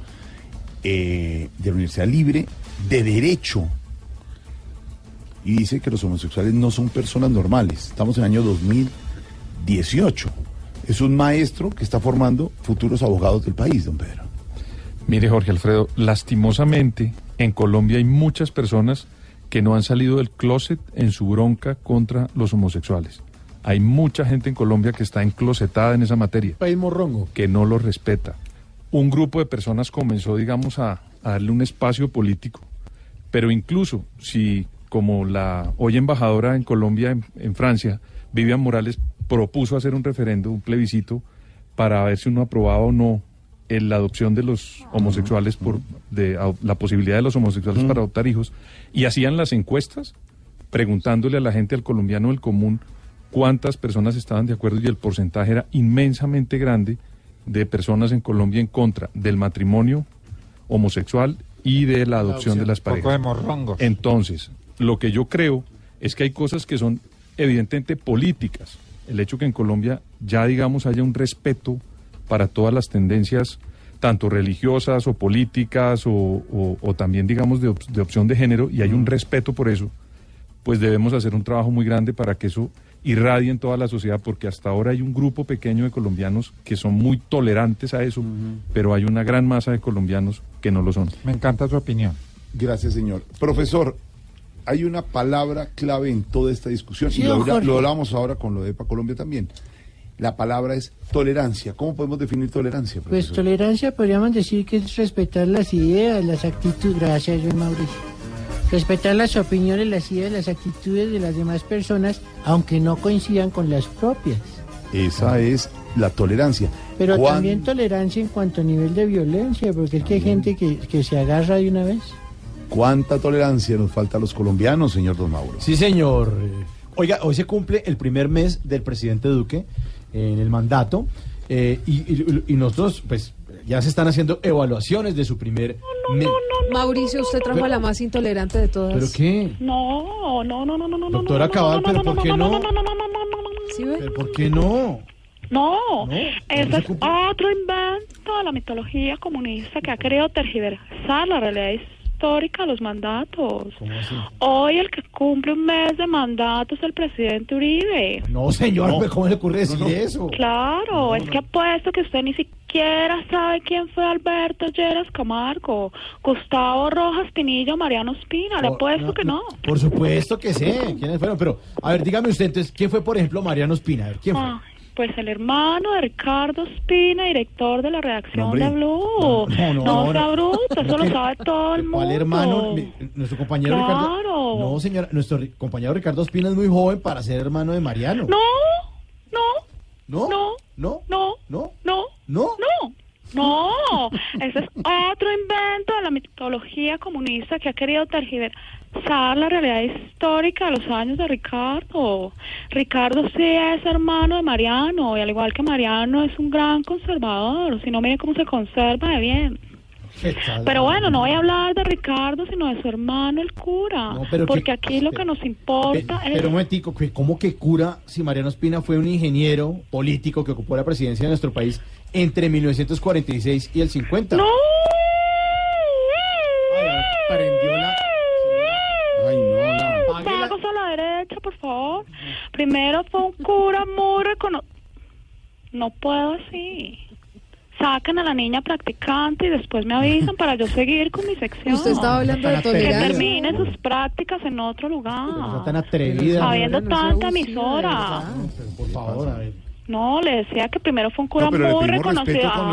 S4: de la Universidad Libre de Derecho, y dice que los homosexuales no son personas normales. Estamos en el año 2018. Es un maestro que está formando futuros abogados del país, don Pedro.
S14: Mire, Jorge Alfredo, lastimosamente en Colombia hay muchas personas que no han salido del closet en su bronca contra los homosexuales. Hay mucha gente en Colombia que está enclosetada en esa materia.
S19: País morrongo.
S14: Que no lo respeta. Un grupo de personas comenzó, digamos, a a darle un espacio político, pero incluso si, como la hoy embajadora en Colombia, en Francia, Vivian Morales, propuso hacer un referendo, un plebiscito, para ver si uno aprobaba o no la adopción de los homosexuales, la posibilidad de los homosexuales para adoptar hijos, y hacían las encuestas preguntándole a la gente, al colombiano del común, cuántas personas estaban de acuerdo, y el porcentaje era inmensamente grande de personas en Colombia en contra del matrimonio homosexual y de la adopción de las parejas.
S8: Poco de morrongos.
S14: Entonces, lo que yo creo es que hay cosas que son evidentemente políticas. El hecho que en Colombia ya, digamos, haya un respeto para todas las tendencias, tanto religiosas o políticas o también, digamos, de opción de género, y hay un respeto por eso, pues debemos hacer un trabajo muy grande para que eso irradie en toda la sociedad, porque hasta ahora hay un grupo pequeño de colombianos que son muy tolerantes a eso, pero hay una gran masa de colombianos que no lo son.
S8: Me encanta su opinión.
S4: Gracias, señor. Profesor, hay una palabra clave en toda esta discusión,
S12: Sí,
S4: y lo
S12: Jorge.
S4: hablamos ahora con lo de EPA Colombia también. La palabra es tolerancia. ¿Cómo podemos definir tolerancia,
S12: Pues
S4: profesor?
S12: tolerancia podríamos decir que es respetar las ideas, las actitudes. Gracias, John Mauricio. Respetar las opiniones, las ideas, las actitudes de las demás personas, aunque no coincidan con las propias.
S4: Esa es la tolerancia.
S12: Pero
S4: ¿Cuán-
S12: también tolerancia en cuanto a nivel de violencia, porque es que hay gente que se agarra de una vez.
S4: ¿Cuánta tolerancia nos falta a los colombianos, señor Don Mauro?
S11: Sí, señor. Oiga, hoy se cumple el primer mes del presidente Duque en el mandato, y nosotros, pues, ya se están haciendo evaluaciones de su primer mes.
S5: Mauricio, usted trajo a la más intolerante de todas.
S11: ¿Pero qué?
S7: No.
S11: Doctora Cabal, ¿pero por qué no?
S5: ¿Sí ve?
S11: ¿Pero por qué no?
S7: No,
S11: No,
S7: ese
S11: no
S7: es
S11: se cumple.
S7: otro invento de la mitología comunista que ha querido tergiversar la realidad histórica de los mandatos.
S11: ¿Cómo así?
S7: Hoy el que cumple un mes de mandato es el presidente Uribe.
S11: No, señor,
S4: No.
S11: pues, ¿cómo le ocurre decir eso?
S7: Claro, es que apuesto que usted ni siquiera sabe quién fue Alberto Lleras Camargo, Gustavo Rojas Pinillo, Mariano Espina, le apuesto que no.
S11: Por supuesto que sé quiénes fueron, pero, a ver, dígame usted, entonces, ¿quién fue, por ejemplo, Mariano Espina? A ver, ¿quién fue?
S7: Pues el hermano de Ricardo Espina, director de la redacción
S11: hombre.
S7: de Blue. No sea bruto, eso lo sabe todo el mundo.
S11: ¿Cuál hermano? Nuestro compañero Ricardo.
S7: Claro.
S11: No, señora, nuestro compañero Ricardo Espina es muy joven para ser hermano de Mariano.
S7: No.
S11: ¿No?
S7: No.
S11: ¿No?
S7: No.
S11: ¿No?
S7: No.
S11: ¿No?
S7: No, ese es otro invento de la mitología comunista que ha querido tergiversar la realidad histórica de los años de Ricardo. Ricardo sí es hermano de Mariano, y al igual que Mariano es un gran conservador, si no, mire cómo se conserva de bien. Pero bueno, no voy a hablar de Ricardo, sino de su hermano, el cura,
S11: No, pero
S7: porque
S11: que-
S7: aquí lo que nos importa es...
S11: Pero un momentico, ¿cómo que cura si Mariano Espina fue un ingeniero político que ocupó la presidencia de nuestro país entre 1946 y el 50?
S7: ¡No!
S11: Prendió la...
S4: Ay, no,
S7: Pagos a la derecha, por favor. Primero fue un cura muy reconocido. No puedo así. Sacan a la niña practicante y después me avisan para yo seguir con mi sección.
S5: Usted estaba hablando de
S7: Que
S5: tolerancia.
S7: termine sus prácticas en otro lugar.
S11: No tan atrevida.
S7: Habiendo
S5: No sea
S7: tanta
S5: abusiva,
S7: emisora.
S11: Pero por favor, a ver.
S7: No, le decía que primero fue un cura
S4: No, pero le
S7: muy
S4: pedimos
S7: reconocido.
S4: respeto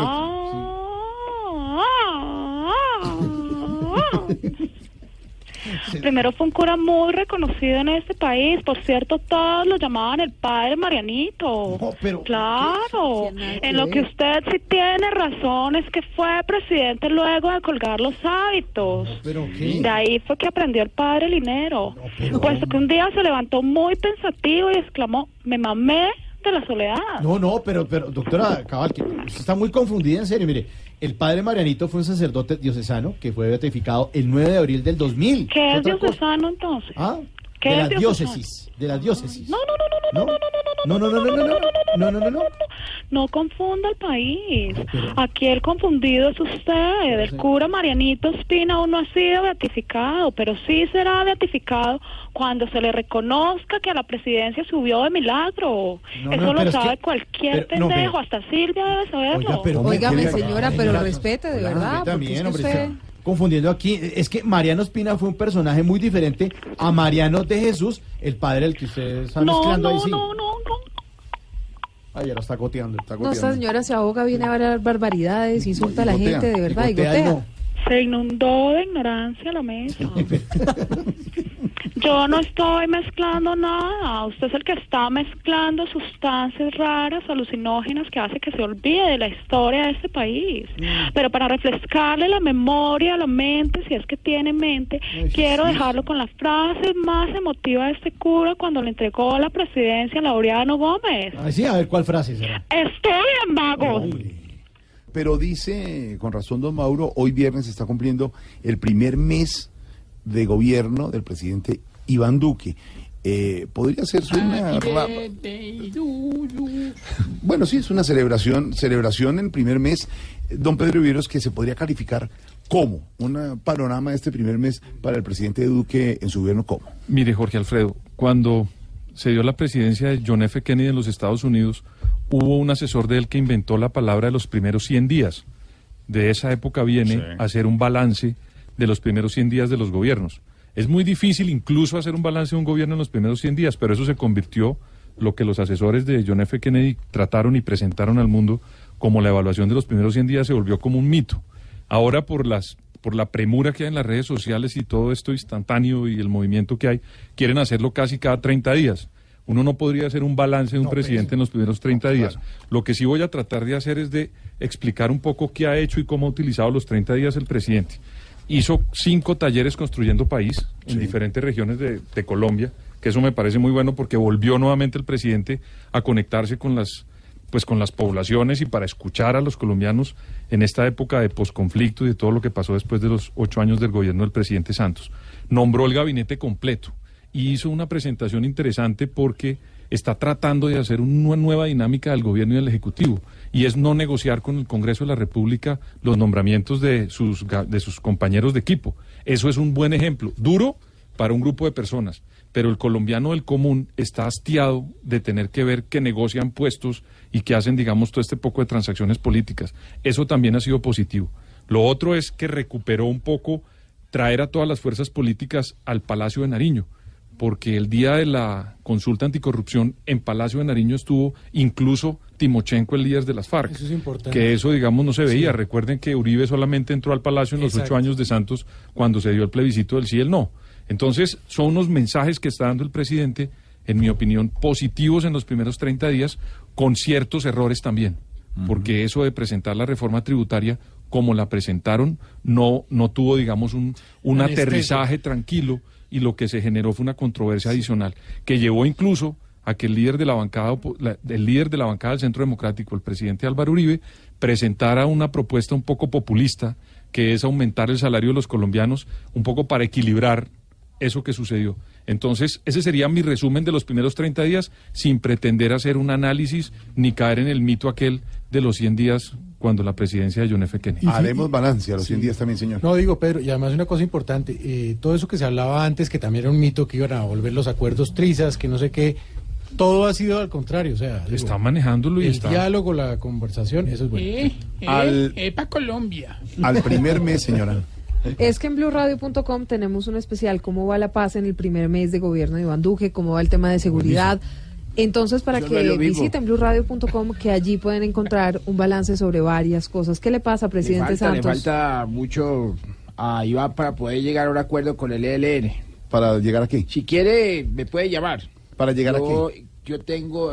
S4: con
S7: Primero fue un cura muy reconocido en este país. Por cierto, todos lo llamaban el padre Marianito. Claro. En lo que usted sí tiene razón es que fue presidente luego de colgar los hábitos.
S11: ¿Pero qué?
S7: De ahí fue que aprendió el padre Linero. Puesto que un día se levantó muy pensativo y exclamó: me mamé de la soledad.
S11: No, pero, doctora Cabal, que usted está muy confundida, en serio. Mire, el padre Marianito fue un sacerdote diocesano que fue beatificado el 9 de abril del 2000.
S7: ¿Qué es
S11: Otra cosa.
S7: diocesano entonces?
S11: ¿Ah?
S7: ¿Qué
S11: De
S7: es
S11: la
S7: diocesano?
S11: diócesis. De la diócesis.
S7: No.
S11: No.
S7: No confunda el país. Aquí el confundido es usted. El cura Marianito Espina aún no ha sido beatificado, pero sí será beatificado cuando se le reconozca que a la presidencia subió de milagro.
S5: No,
S7: Eso
S5: no,
S7: lo
S5: pero es
S7: sabe
S5: que-
S7: cualquier
S5: pero- no,
S7: pendejo,
S5: pero-
S7: hasta Silvia debe saberlo.
S5: Óigame, señora, pero respete, de verdad. porque
S11: También,
S5: es que
S11: hombre,
S5: usted...
S11: está confundiendo aquí. Es que Mariano Espina fue un personaje muy diferente a Mariano de Jesús, el padre del que ustedes están mezclando ahí. Sí. Ay, ahora está goteando.
S5: No, esta señora se ahoga, viene a hablar barbaridades, insulta a la
S11: Gotea,
S5: gente, de verdad, y
S11: gotea,
S5: gotea.
S11: no.
S8: Se inundó de ignorancia la mesa. Yo no estoy mezclando nada. Usted es el que está mezclando sustancias raras, alucinógenas, que hace que se olvide de la historia de este país. Pero para refrescarle la memoria a la mente, si es que tiene mente, quiero dejarlo con la frase más emotiva de este cura cuando le entregó la presidencia a Laureano Gómez.
S11: Sí, a ver, ¿cuál frase será?
S8: Estudien, vagos.
S4: Pero dice, con razón don Mauro, hoy viernes se está cumpliendo el primer mes de gobierno del presidente Iván Duque. Podría hacerse una... Bueno, sí, es una celebración en el primer mes, don Pedro Viveros, que se podría calificar como un panorama de este primer mes para el presidente Duque en su gobierno. ¿Cómo?
S14: Mire, Jorge Alfredo, cuando se dio la presidencia de John F. Kennedy en los Estados Unidos, hubo un asesor de él que inventó la palabra de los primeros 100 días. De esa época viene a hacer un balance de los primeros 100 días de los gobiernos. Es muy difícil incluso hacer un balance de un gobierno en los primeros 100 días, pero eso se convirtió, lo que los asesores de John F. Kennedy trataron y presentaron al mundo como la evaluación de los primeros 100 días, se volvió como un mito. Ahora por la premura que hay en las redes sociales y todo esto instantáneo y el movimiento que hay, quieren hacerlo casi cada 30 días. Uno no podría hacer un balance de un presidente en los primeros 30 días. Claro. Lo que sí voy a tratar de hacer es de explicar un poco qué ha hecho y cómo ha utilizado los 30 días el presidente. Hizo 5 talleres construyendo país en diferentes regiones de Colombia, que eso me parece muy bueno porque volvió nuevamente el presidente a conectarse con las poblaciones y para escuchar a los colombianos en esta época de posconflicto y de todo lo que pasó después de los 8 años del gobierno del presidente Santos. Nombró el gabinete completo y hizo una presentación interesante porque está tratando de hacer una nueva dinámica del gobierno y del Ejecutivo, y es no negociar con el Congreso de la República los nombramientos de sus compañeros de equipo. Eso es un buen ejemplo, duro para un grupo de personas, pero el colombiano del común está hastiado de tener que ver que negocian puestos y que hacen, digamos, todo este poco de transacciones políticas. Eso también ha sido positivo. Lo otro es que recuperó un poco traer a todas las fuerzas políticas al Palacio de Nariño, porque el día de la consulta anticorrupción en Palacio de Nariño estuvo incluso Timochenko, el líder de las FARC. Eso es importante. Que eso, digamos, no se veía. Sí. Recuerden que Uribe solamente entró al Palacio en los 8 años de Santos cuando se dio el plebiscito del sí y el no. Entonces, son unos mensajes que está dando el presidente, en mi opinión, positivos en los primeros 30 días, con ciertos errores también. Porque eso de presentar la reforma tributaria como la presentaron, no tuvo, digamos, un aterrizaje tranquilo, y lo que se generó fue una controversia adicional, que llevó incluso a que el líder de la bancada del Centro Democrático, el presidente Álvaro Uribe, presentara una propuesta un poco populista, que es aumentar el salario de los colombianos, un poco para equilibrar eso que sucedió. Entonces, ese sería mi resumen de los primeros 30 días, sin pretender hacer un análisis ni caer en el mito aquel de los 100 días cuando la presidencia de John F. Kennedy.
S4: Haremos balance a los 100 días también, señor.
S19: No, digo, Pedro, y además una cosa importante, todo eso que se hablaba antes, que también era un mito, que iban a volver los acuerdos trizas, que no sé qué, todo ha sido al contrario, o sea... Digo,
S14: está manejándolo y
S19: el diálogo, la conversación, eso es bueno.
S9: Para Colombia.
S4: Al primer mes, señora.
S5: Es que en BluRadio.com tenemos un especial, cómo va la paz en el primer mes de gobierno de Iván Duque, cómo va el tema de seguridad. Entonces, para que visiten BluRadio.com, que allí pueden encontrar un balance sobre varias cosas. ¿Qué le pasa, presidente Santos?
S16: Le falta mucho a Iván para poder llegar a un acuerdo con el ELN.
S4: ¿Para llegar a qué?
S16: Si quiere, me puede llamar.
S4: ¿Para llegar a qué?
S16: Yo tengo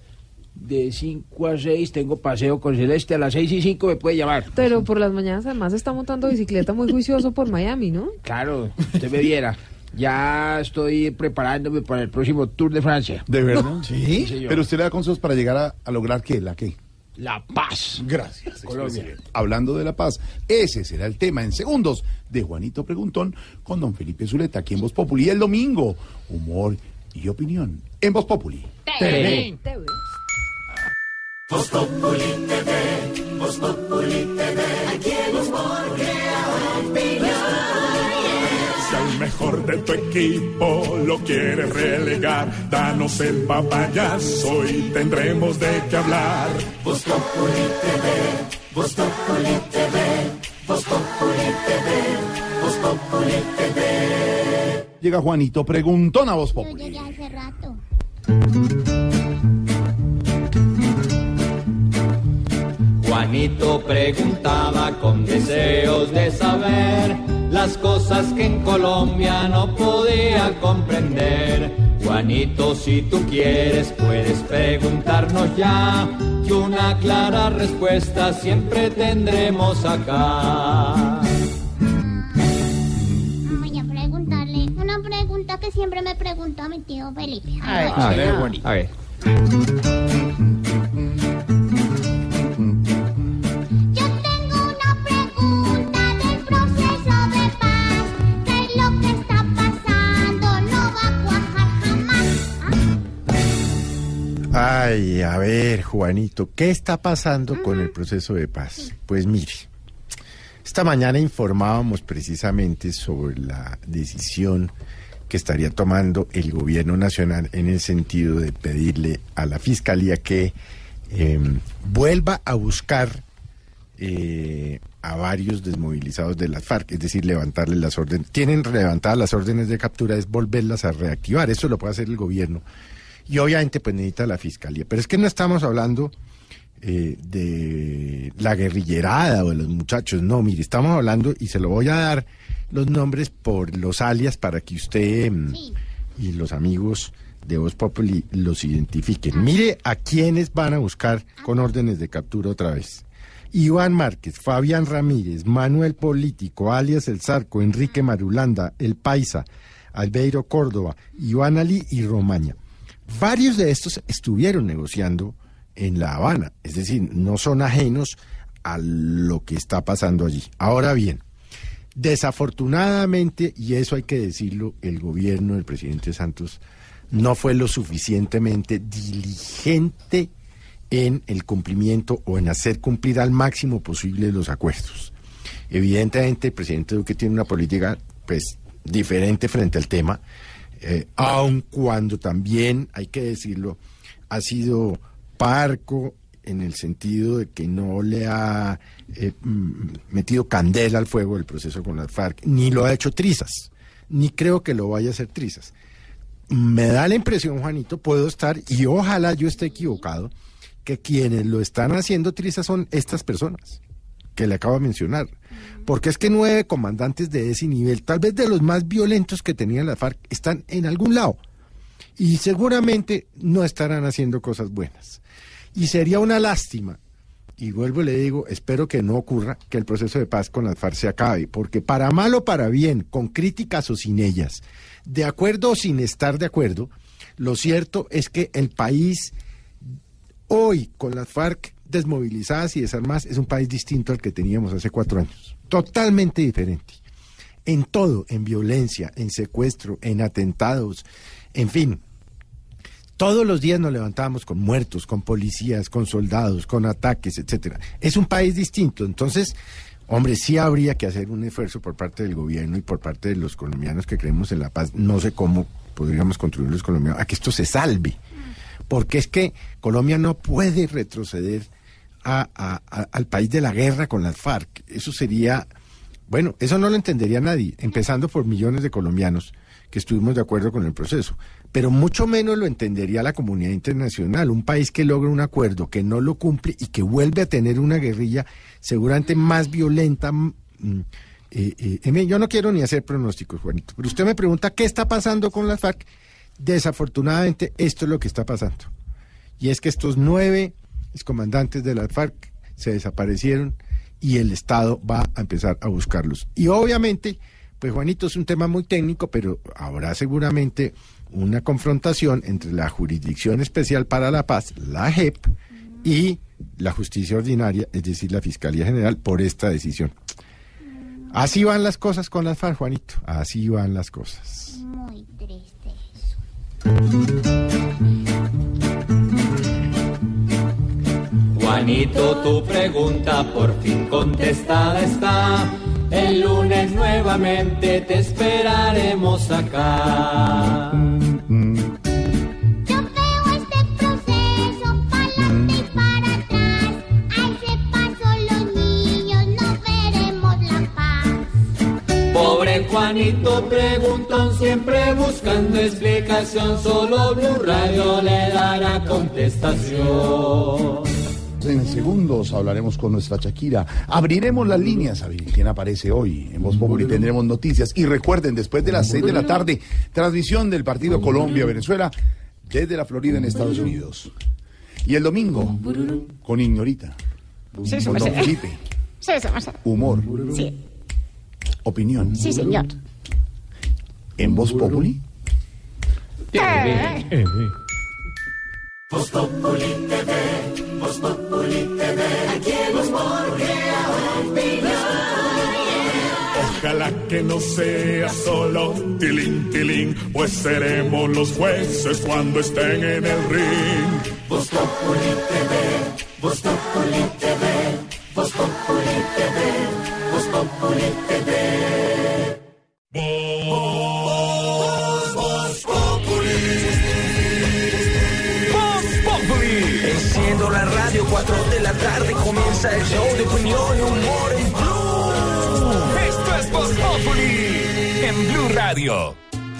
S16: de 5 a 6, tengo paseo con Celeste, a las 6:05 me puede llamar.
S5: Pero por las mañanas además está montando bicicleta muy juicioso por Miami, ¿no?
S16: Claro, usted me viera. Ya estoy preparándome para el próximo Tour de Francia.
S4: ¿De verdad? ¿Sí? Sí, pero usted le da consejos para llegar a lograr ¿qué? ¿La qué?
S16: La paz.
S4: Gracias, Colombia. Hablando de la paz, ese será el tema en segundos de Juanito Preguntón con don Felipe Zuleta, aquí en Voz Populi. El domingo, humor y opinión en Voz Populi.
S3: TV. Voz Populi TV, Voz Populi TV, aquí el humor crea opinión.
S10: Si al mejor de tu equipo lo quieres relegar, danos el papayazo y tendremos de qué hablar.
S3: Voz Populi TV, Voz Populi TV, Voz Populi TV, Voz Populi TV.
S4: Llega Juanito Preguntón a Voz Populi.
S17: Yo llegué hace rato.
S18: Juanito
S6: preguntaba con deseos de saber las cosas que en Colombia no podía comprender. Juanito, si tú quieres, puedes preguntarnos ya, que una clara respuesta siempre tendremos acá.
S17: Voy a preguntarle una pregunta que siempre me preguntó mi tío Felipe.
S16: A ver.
S17: Yo tengo una pregunta del proceso de paz. ¿Qué es lo que está pasando? No va a cuajar jamás.
S18: Ay, a ver, Juanito, ¿qué está pasando con el proceso de paz? Pues mire, esta mañana informábamos precisamente sobre la decisión que estaría tomando el gobierno nacional en el sentido de pedirle a la Fiscalía que vuelva a buscar a varios desmovilizados de las FARC, es decir, levantarles las órdenes. Tienen levantadas las órdenes de captura, es volverlas a reactivar. Eso lo puede hacer el gobierno. Y obviamente pues necesita la Fiscalía. Pero es que no estamos hablando de la guerrillerada o de los muchachos. No, mire, estamos hablando, y se lo voy a dar los nombres por los alias para que usted y los amigos de Voz Populi los identifiquen. Mire a quienes van a buscar con órdenes de captura otra vez. Iván Márquez, Fabián Ramírez, Manuel Político, alias El Zarco, Enrique Marulanda, El Paisa, Albeiro Córdoba, Iván Ali y Romaña. Varios de estos estuvieron negociando en La Habana, es decir, no son ajenos a lo que está pasando allí. Ahora bien, desafortunadamente, y eso hay que decirlo, el gobierno del presidente Santos no fue lo suficientemente diligente en el cumplimiento o en hacer cumplir al máximo posible los acuerdos. Evidentemente, el presidente Duque tiene una política pues diferente frente al tema, aun cuando también, hay que decirlo, ha sido parco en el sentido de que no le ha metido candela al fuego del proceso con las FARC, ni lo ha hecho trizas, ni creo que lo vaya a hacer trizas. Me da la impresión, Juanito, puedo estar, y ojalá yo esté equivocado, que quienes lo están haciendo trizas son estas personas que le acabo de mencionar, porque es que 9 comandantes de ese nivel, tal vez de los más violentos que tenían las FARC, están en algún lado, y seguramente no estarán haciendo cosas buenas. Y sería una lástima, y vuelvo y le digo, espero que no ocurra, que el proceso de paz con las FARC se acabe, porque para mal o para bien, con críticas o sin ellas, de acuerdo o sin estar de acuerdo, lo cierto es que el país hoy, con las FARC desmovilizadas y desarmadas, es un país distinto al que teníamos hace 4 años, totalmente diferente, en todo, en violencia, en secuestro, en atentados, en fin. Todos los días nos levantamos con muertos, con policías, con soldados, con ataques, etcétera. Es un país distinto. Entonces, hombre, sí habría que hacer un esfuerzo por parte del gobierno y por parte de los colombianos que creemos en la paz. No sé cómo podríamos contribuir los colombianos a que esto se salve. Porque es que Colombia no puede retroceder al país de la guerra con las FARC. Eso sería, bueno, eso no lo entendería nadie, empezando por millones de colombianos que estuvimos de acuerdo con el proceso, pero mucho menos lo entendería la comunidad internacional. Un país que logra un acuerdo, que no lo cumple y que vuelve a tener una guerrilla seguramente más violenta. Yo no quiero ni hacer pronósticos, Juanito, pero usted me pregunta qué está pasando con las FARC. Desafortunadamente, esto es lo que está pasando. Y es que estos 9 excomandantes de las FARC se desaparecieron y el Estado va a empezar a buscarlos. Y obviamente, pues Juanito, es un tema muy técnico, pero habrá seguramente una confrontación entre la Jurisdicción Especial para la Paz, la JEP, y la Justicia Ordinaria, es decir, la Fiscalía General, por esta decisión. Así van las cosas con las FARC, Juanito, así van las cosas.
S17: Muy triste eso.
S6: Juanito, tu pregunta por fin contestada está. El lunes nuevamente te esperaremos acá.
S17: Yo veo este proceso pa'lante y para atrás. A ese paso los niños no veremos la paz.
S6: Pobre Juanito preguntón, siempre buscando explicación. Solo Blue Radio le dará contestación.
S4: En segundos hablaremos con nuestra Shakira. Abriremos las líneas a ver quién aparece hoy en Voz Populi. Tendremos noticias. Y recuerden, después de las 6 de la tarde, transmisión del partido Colombia-Venezuela desde la Florida en Estados Unidos. Y el domingo, con Ignorita,
S2: Sí,
S4: con Don Felipe, humor,
S2: Sí,
S4: opinión.
S2: sí, señor.
S4: En Voz Populi.
S10: Voz Populi TV, Voz Populi TV, aquí el humor crea opinión.
S20: Ojalá que no sea solo tilín, tilín, pues seremos los jueces cuando estén en el ring.
S10: Voz Populi TV, Voz Populi TV, Voz Populi TV, Voz Populi TV.
S3: Voz Populi. Enciendo la radio, 4 de la tarde comienza el show de opinión y humor en Blue. Esto es Voz Populi en Blue Radio.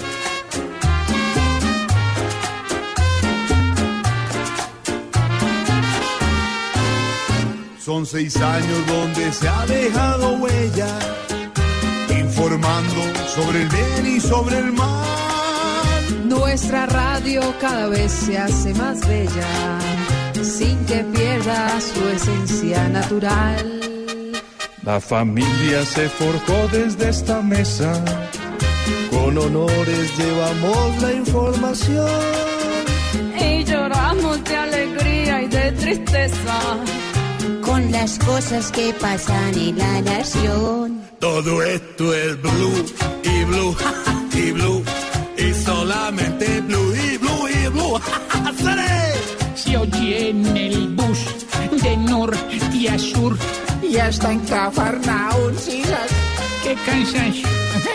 S4: Son 6 años donde se ha dejado huella, informando sobre el bien y sobre el mal.
S5: Nuestra radio cada vez se hace más bella, sin que pierda su esencia natural.
S14: La familia se forjó desde esta mesa.
S21: Con honores llevamos la información.
S22: Y lloramos de alegría y de tristeza
S23: con las cosas que pasan en la nación.
S21: Todo esto es Blue y Blue y Blue y solamente Blue y Blue y Blue.
S9: Se oye en el bus de norte a sur y hasta en Cafarnaún, ¿sabes? ¡Qué cansancio!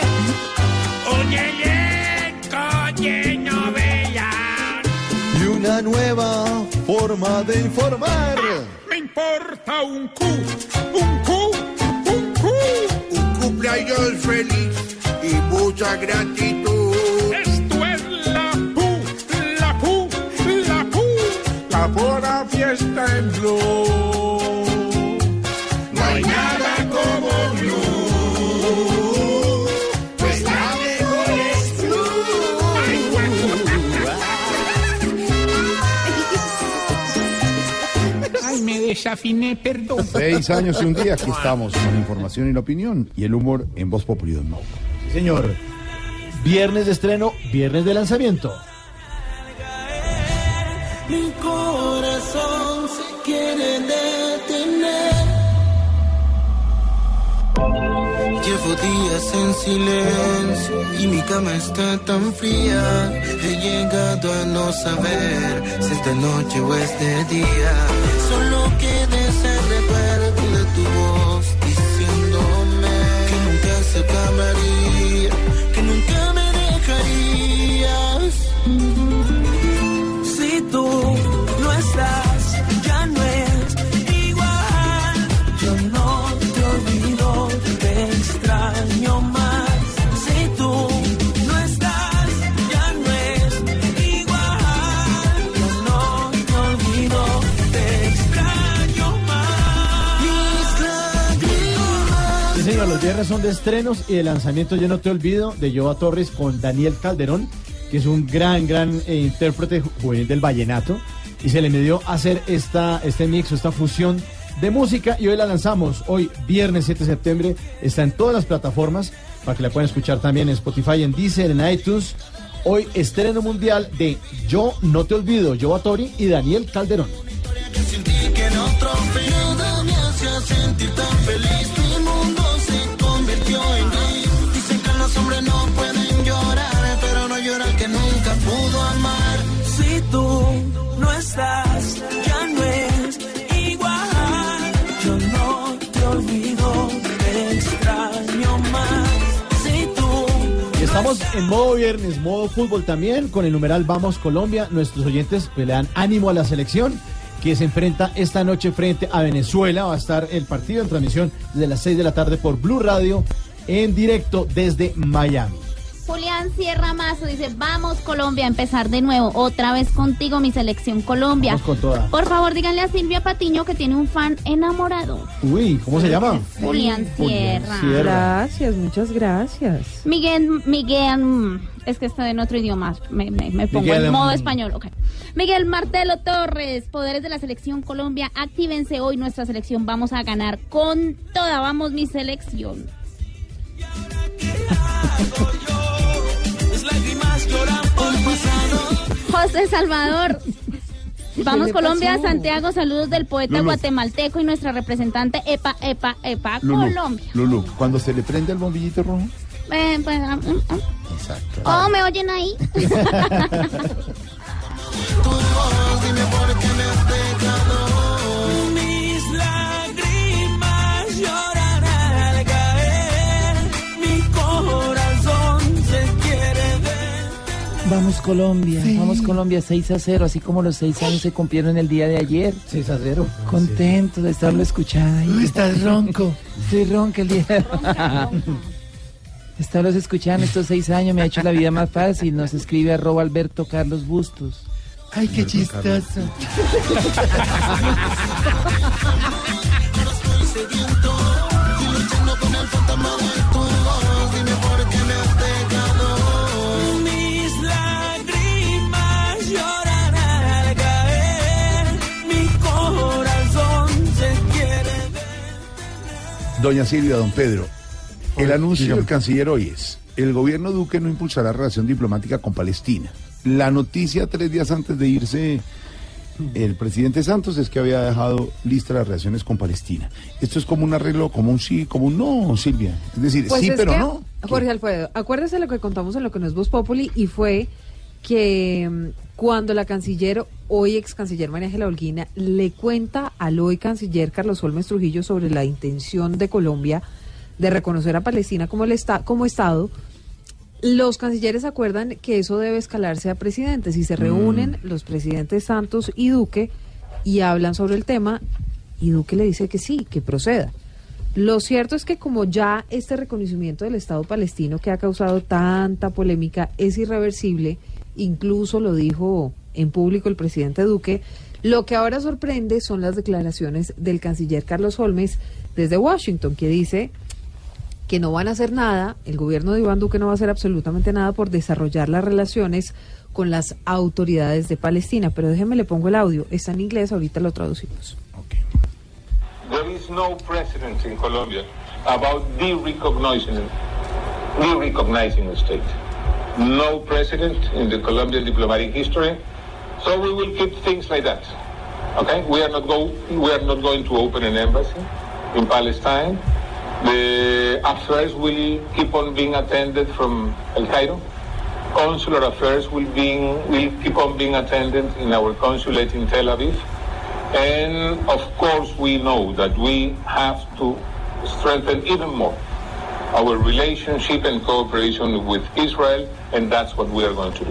S9: Oye, coye, novela.
S21: Y una nueva forma de informar.
S9: Me importa un Q, un Q, un Q.
S21: Un cumpleaños feliz y mucha gratitud.
S9: Esto es la Pu, la Pu, la Pu. La pura fiesta en Blue.
S21: No hay nada como Blue, pues la mejor es
S9: Blue. Ay, me desafiné, perdón.
S4: 6 años y un día, aquí estamos con la información y la opinión y el humor en Voz Populi. No.
S11: Sí, señor. Viernes de estreno, viernes de lanzamiento.
S10: Mi corazón se quiere detener.
S26: Llevo días en silencio y mi cama está tan fría. He llegado a no saber si es de noche o es de día. Solo queda ese recuerdo de tu voz diciéndome que nunca se acabaría, que nunca me dejarías. Si tú no estás, ya no es igual. Yo no te olvido, te extraño más. Si tú no estás, ya no es igual. Yo no te olvido, te extraño más. Mis lágrimas.
S11: Sí, señor, los viernes son de estrenos y de lanzamiento. Yo no te olvido, de Yoba Torres con Daniel Calderón, que es un gran intérprete juvenil del vallenato, y se le midió hacer este mix, esta fusión de música, y hoy la lanzamos, hoy viernes 7 de septiembre, está en todas las plataformas, para que la puedan escuchar también en Spotify, en Deezer, en iTunes. Hoy estreno mundial de Yo no te olvido, Yoba Tori y Daniel Calderón.
S26: Que sentí que en otro periodo me hacía sentir tan feliz. Mi mundo se convirtió en gris. Dicen que los hombres no pueden llorar, pero no lloran que nunca pudo amar. Si tú no estás, ya no es igual. Yo no te olvido, te extraño más. Si tú
S11: Y estamos en modo viernes, modo fútbol también, con el numeral Vamos Colombia. Nuestros oyentes le dan ánimo a la selección, que se enfrenta esta noche frente a Venezuela. Va a estar el partido en transmisión desde las 6 de la tarde por Blue Radio, en directo desde Miami.
S1: Julián Sierra Mazo dice, vamos Colombia, a empezar de nuevo, otra vez contigo, mi selección Colombia.
S11: Vamos con toda.
S1: Por favor, díganle a Silvia Patiño que tiene un fan enamorado.
S11: Uy, ¿cómo se llama?
S1: Julián Sierra.
S5: Gracias, muchas gracias.
S1: Miguel, es que está en otro idioma, me pongo
S5: Miguel,
S1: en modo español, ok. Miguel Martelo Torres, poderes de la selección Colombia, actívense hoy, nuestra selección, vamos a ganar con toda, vamos mi selección. José Salvador, vamos Colombia, Santiago, saludos del poeta guatemalteco y nuestra representante Epa, Colombia.
S4: Lulu, cuando se le prende el bombillito rojo.
S1: Exacto. Oh, ¿me oyen ahí?
S26: Mis lágrimas lloran al caer, mi corazón se quiere ver.
S16: Vamos Colombia, vamos Colombia 6-0, así como los 6 años se cumplieron el día de ayer.
S11: 6-0.
S16: Contento de estarlo escuchando.
S12: Estás ronco.
S16: Estoy ronca el día de estarlos escuchando estos 6 años me ha hecho la vida más fácil. Nos escribe @Alberto Carlos Bustos.
S12: Ay, qué chistoso.
S26: Mis lágrimas lloran al caer, mi corazón se quiere ver.
S4: Doña Silvia, don Pedro, el anuncio del canciller hoy es: el gobierno Duque no impulsará relación diplomática con Palestina. La noticia 3 días antes de irse el presidente Santos es que había dejado listas las relaciones con Palestina. Esto es como un arreglo, como un sí, como un no, Silvia. Es decir,
S5: Pues
S4: sí,
S5: es
S4: pero
S5: que,
S4: no.
S5: Jorge Alfredo, acuérdese lo que contamos en lo que no es Voz Populi, y fue que cuando la canciller, hoy ex canciller María Ángela Holguín, le cuenta al hoy canciller Carlos Holmes Trujillo sobre la intención de Colombia de reconocer a Palestina como Estado, los cancilleres acuerdan que eso debe escalarse a presidentes y se reúnen los presidentes Santos y Duque y hablan sobre el tema, y Duque le dice que sí, que proceda. Lo cierto es que como ya este reconocimiento del Estado palestino que ha causado tanta polémica es irreversible, incluso lo dijo en público el presidente Duque, lo que ahora sorprende son las declaraciones del canciller Carlos Holmes desde Washington, que dice que no van a hacer nada, el gobierno de Iván Duque no va a hacer absolutamente nada por desarrollar las relaciones con las autoridades de Palestina. Pero déjeme, le pongo el audio, está en inglés, ahorita lo traducimos.
S2: There is no precedent in Colombia about de-recognizing a state. No precedent in the Colombian diplomatic history. So we will keep things like that. Okay? We are not going to open an embassy in Palestine. The affairs will keep on being attended from El Cairo. Consular affairs will keep on being attended in our consulate in Tel Aviv. And of course we know that we have to strengthen even more our relationship and cooperation with Israel, and that's what we are going to do.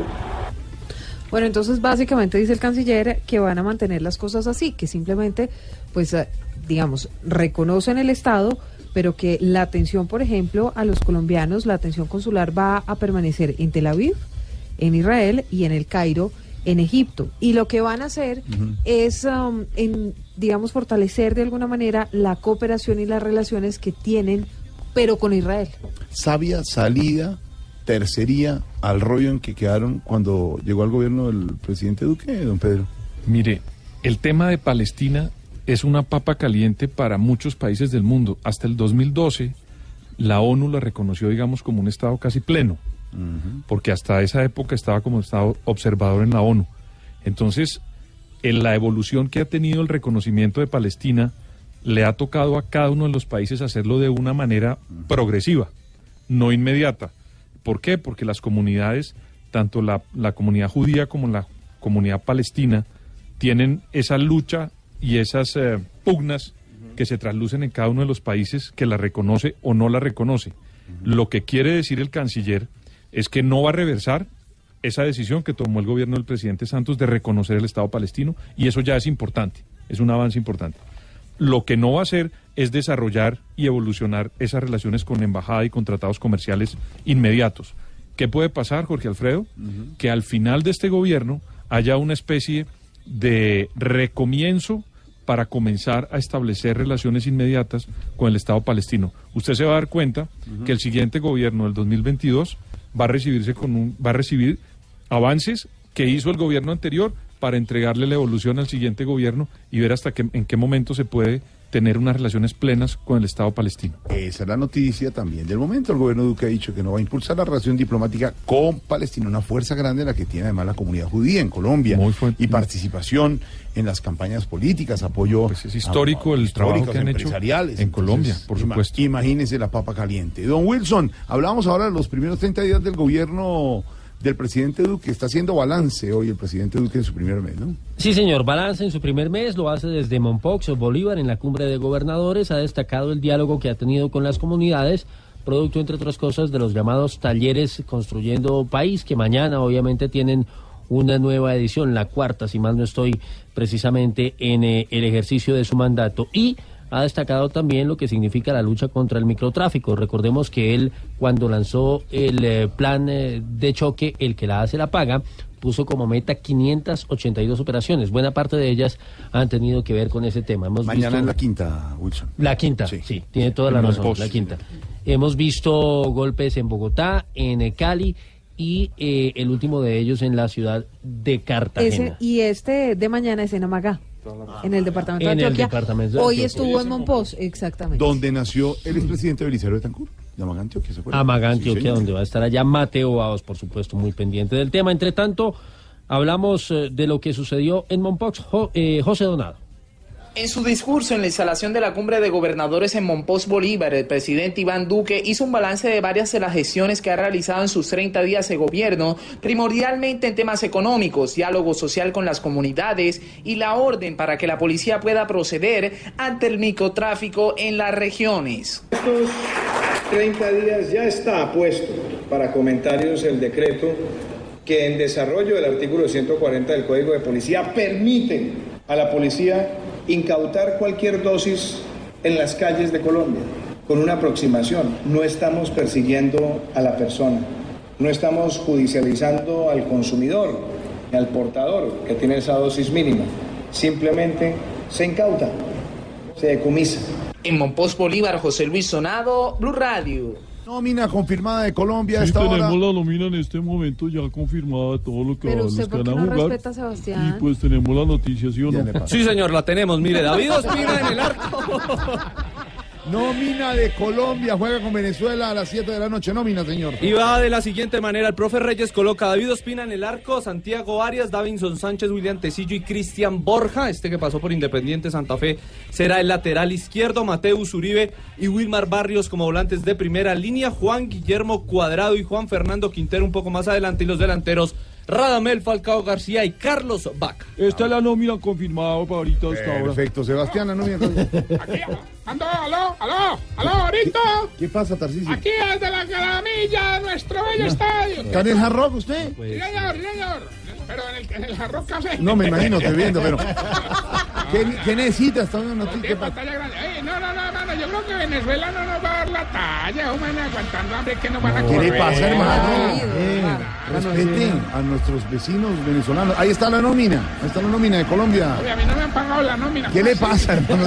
S5: Bueno, entonces básicamente dice el canciller que van a mantener las cosas así, que simplemente, pues, digamos, reconocen el Estado, pero que la atención, por ejemplo, a los colombianos, la atención consular va a permanecer en Tel Aviv, en Israel y en el Cairo, en Egipto. Y lo que van a hacer es, digamos, fortalecer de alguna manera la cooperación y las relaciones que tienen, pero con Israel.
S4: Sabia salida, tercería al rollo en que quedaron cuando llegó al gobierno del presidente Duque, don Pedro.
S14: Mire, el tema de Palestina es una papa caliente para muchos países del mundo. Hasta el 2012, la ONU la reconoció, digamos, como un Estado casi pleno, porque hasta esa época estaba como Estado observador en la ONU. Entonces, en la evolución que ha tenido el reconocimiento de Palestina, le ha tocado a cada uno de los países hacerlo de una manera progresiva, no inmediata. ¿Por qué? Porque las comunidades, tanto la comunidad judía como la comunidad palestina, tienen esa lucha y esas pugnas que se traslucen en cada uno de los países que la reconoce o no la reconoce. Lo que quiere decir el canciller es que no va a reversar esa decisión que tomó el gobierno del presidente Santos de reconocer el Estado palestino, y eso ya es importante, es un avance importante. Lo que no va a hacer es desarrollar y evolucionar esas relaciones con embajada y con tratados comerciales inmediatos. ¿Qué puede pasar, Jorge Alfredo? Que al final de este gobierno haya una especie de recomienzo para comenzar a establecer relaciones inmediatas con el Estado palestino. Usted se va a dar cuenta que el siguiente gobierno del 2022 va a recibir avances que hizo el gobierno anterior para entregarle la evolución al siguiente gobierno y ver en qué momento se puede tener unas relaciones plenas con el Estado palestino.
S4: Esa es la noticia también del momento. El gobierno de Duque ha dicho que no va a impulsar la relación diplomática con Palestina, una fuerza grande la que tiene además la comunidad judía en Colombia y participación en las campañas políticas, apoyo.
S14: Pues es histórico el trabajo que han hecho en Colombia, por supuesto.
S4: Imagínense la papa caliente. Don Wilson, hablamos ahora de los primeros 30 días del gobierno del presidente Duque. Está haciendo balance hoy el presidente Duque en su primer mes, ¿no?
S7: Sí, señor, balance en su primer mes, lo hace desde Mompox, Bolívar, en la cumbre de gobernadores. Ha destacado el diálogo que ha tenido con las comunidades, producto, entre otras cosas, de los llamados talleres Construyendo País, que mañana obviamente tienen una nueva edición, la cuarta, si mal no estoy, precisamente en el ejercicio de su mandato. Y ha destacado también lo que significa la lucha contra el microtráfico. Recordemos que él, cuando lanzó el plan de choque, el que la hace la paga, puso como meta 582 operaciones. Buena parte de ellas han tenido que ver con ese tema.
S4: Mañana en la quinta, Wilson.
S7: La quinta, sí, tiene toda la razón, la quinta. Hemos visto golpes en Bogotá, en Cali y el último de ellos en la ciudad de Cartagena.
S5: Este de mañana es en Amagá. En el departamento de Antioquia. Hoy estuvo en Monpós, exactamente.
S4: Donde nació el expresidente Belisario Betancur, de Amagá, Antioquia, ¿se acuerdan?
S7: Amagá, Antioquia, donde va a estar allá Mateo Baos, por supuesto, muy pendiente del tema. Entre tanto, hablamos de lo que sucedió en Mompox. José Donado.
S8: En su discurso en la instalación de la cumbre de gobernadores en Mompox, Bolívar, el presidente Iván Duque hizo un balance de varias de las gestiones que ha realizado en sus 30 días de gobierno, primordialmente en temas económicos, diálogo social con las comunidades y la orden para que la policía pueda proceder ante el microtráfico en las regiones.
S13: Estos 30 días ya está puesto para comentarios el decreto que en desarrollo del artículo 140 del Código de Policía permite a la policía incautar cualquier dosis en las calles de Colombia, con una aproximación. No estamos persiguiendo a la persona, no estamos judicializando al consumidor, al portador que tiene esa dosis mínima. Simplemente se incauta, se decomisa.
S8: En Mompox, Bolívar, José Luis Sonado, Blue Radio.
S4: Nómina confirmada de Colombia.
S15: Sí, tenemos
S4: hora
S15: la nómina en este momento ya confirmada, todo lo que,
S5: pero
S15: los
S5: usted,
S15: que van a
S5: no
S15: jugar.
S5: Respeta a Sebastián.
S15: Y pues tenemos la noticia, ¿sí o no?
S24: Sí, señor, la tenemos. Mire, David Ospina en el arco.
S4: Nómina de Colombia, juega con Venezuela a las 7 de la noche. Nómina, señor.
S24: Y va de la siguiente manera: el profe Reyes coloca a David Ospina en el arco, Santiago Arias, Davinson Sánchez, William Tecillo y Cristian Borja. Este que pasó por Independiente Santa Fe será el lateral izquierdo. Mateus Uribe y Wilmar Barrios como volantes de primera línea. Juan Guillermo Cuadrado y Juan Fernando Quintero un poco más adelante. Y los delanteros Radamel Falcao García y Carlos Vaca.
S15: Esta es la nómina confirmada para ahorita hasta ahora.
S4: Perfecto, Sebastián, la nómina.
S9: Aquí, aló, ahorita.
S4: ¿Qué pasa, Tarcisio?
S9: Aquí desde la caramilla de nuestro bello estadio.
S4: ¿Está en el Hard Rock usted?
S9: Sí, señor. Pero en el Hard Rock Café.
S4: No, me imagino, estoy viendo, pero... ¿Qué necesita? ¿Está una noticia?
S9: ¿Qué pantalla grande? No, mano, yo creo que Venezuela no nos va a dar la talla, man, aguantando hambre, que nos van a correr.
S4: ¿Qué le pasa, hermano? Respeten a nuestros vecinos venezolanos. Ahí está la nómina de Colombia.
S9: Oye, a mí no me han pagado la nómina.
S4: ¿Qué le pasa, hermano?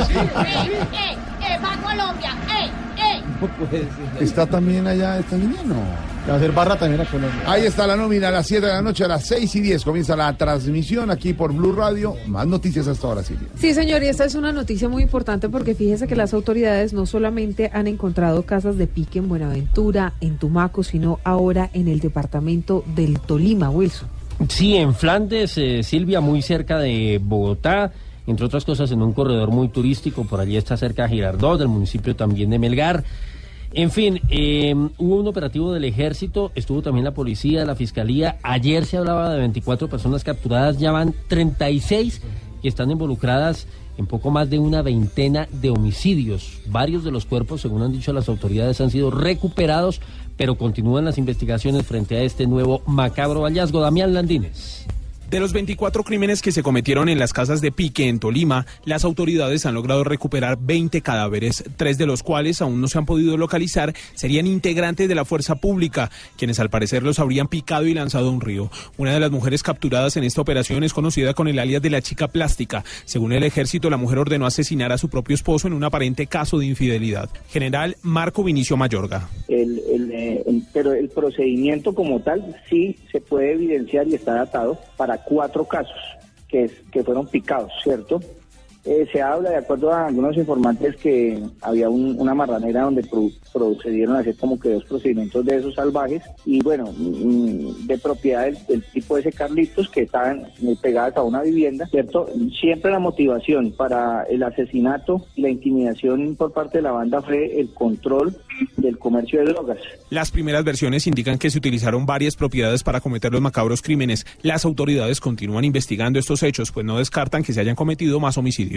S17: Va Colombia,
S4: No puede ser. ¿Está también allá esta niña? No.
S11: Va a hacer barra también a Colombia.
S4: Ahí está la nómina a las 7 de la noche, a las 6:10 comienza la transmisión aquí por Blue Radio. Más noticias hasta ahora, Silvia.
S5: Sí, señor, y esta es una noticia muy importante porque fíjese que las autoridades no solamente han encontrado casas de pique en Buenaventura, en Tumaco, sino ahora en el departamento del Tolima, Wilson.
S7: Sí, en Flandes, Silvia, muy cerca de Bogotá, entre otras cosas en un corredor muy turístico, por allí está cerca de Girardot, del municipio también de Melgar. En fin, hubo un operativo del ejército, estuvo también la policía, la fiscalía. Ayer se hablaba de 24 personas capturadas, ya van 36 que están involucradas en poco más de una veintena de homicidios. Varios de los cuerpos, según han dicho las autoridades, han sido recuperados, pero continúan las investigaciones frente a este nuevo macabro hallazgo. Damián Landines.
S3: De los 24 crímenes que se cometieron en las casas de Pique, en Tolima, las autoridades han logrado recuperar 20 cadáveres, 3 de los cuales aún no se han podido localizar, serían integrantes de la fuerza pública, quienes al parecer los habrían picado y lanzado a un río. Una de las mujeres capturadas en esta operación es conocida con el alias de la chica plástica. Según el ejército, la mujer ordenó asesinar a su propio esposo en un aparente caso de infidelidad. General Marco Vinicio Mayorga.
S6: Pero el procedimiento como tal sí se puede evidenciar y está datado para 4 casos que fueron picados, ¿cierto? Se habla, de acuerdo a algunos informantes, que había una marranera donde procedieron a hacer como que 2 procedimientos de esos salvajes y bueno, de propiedad del tipo ese Carlitos, que estaban pegadas a una vivienda, ¿cierto? Siempre la motivación para el asesinato y la intimidación por parte de la banda fue el control del comercio de drogas.
S3: Las primeras versiones indican que se utilizaron varias propiedades para cometer los macabros crímenes. Las autoridades continúan investigando estos hechos, pues no descartan que se hayan cometido más homicidios.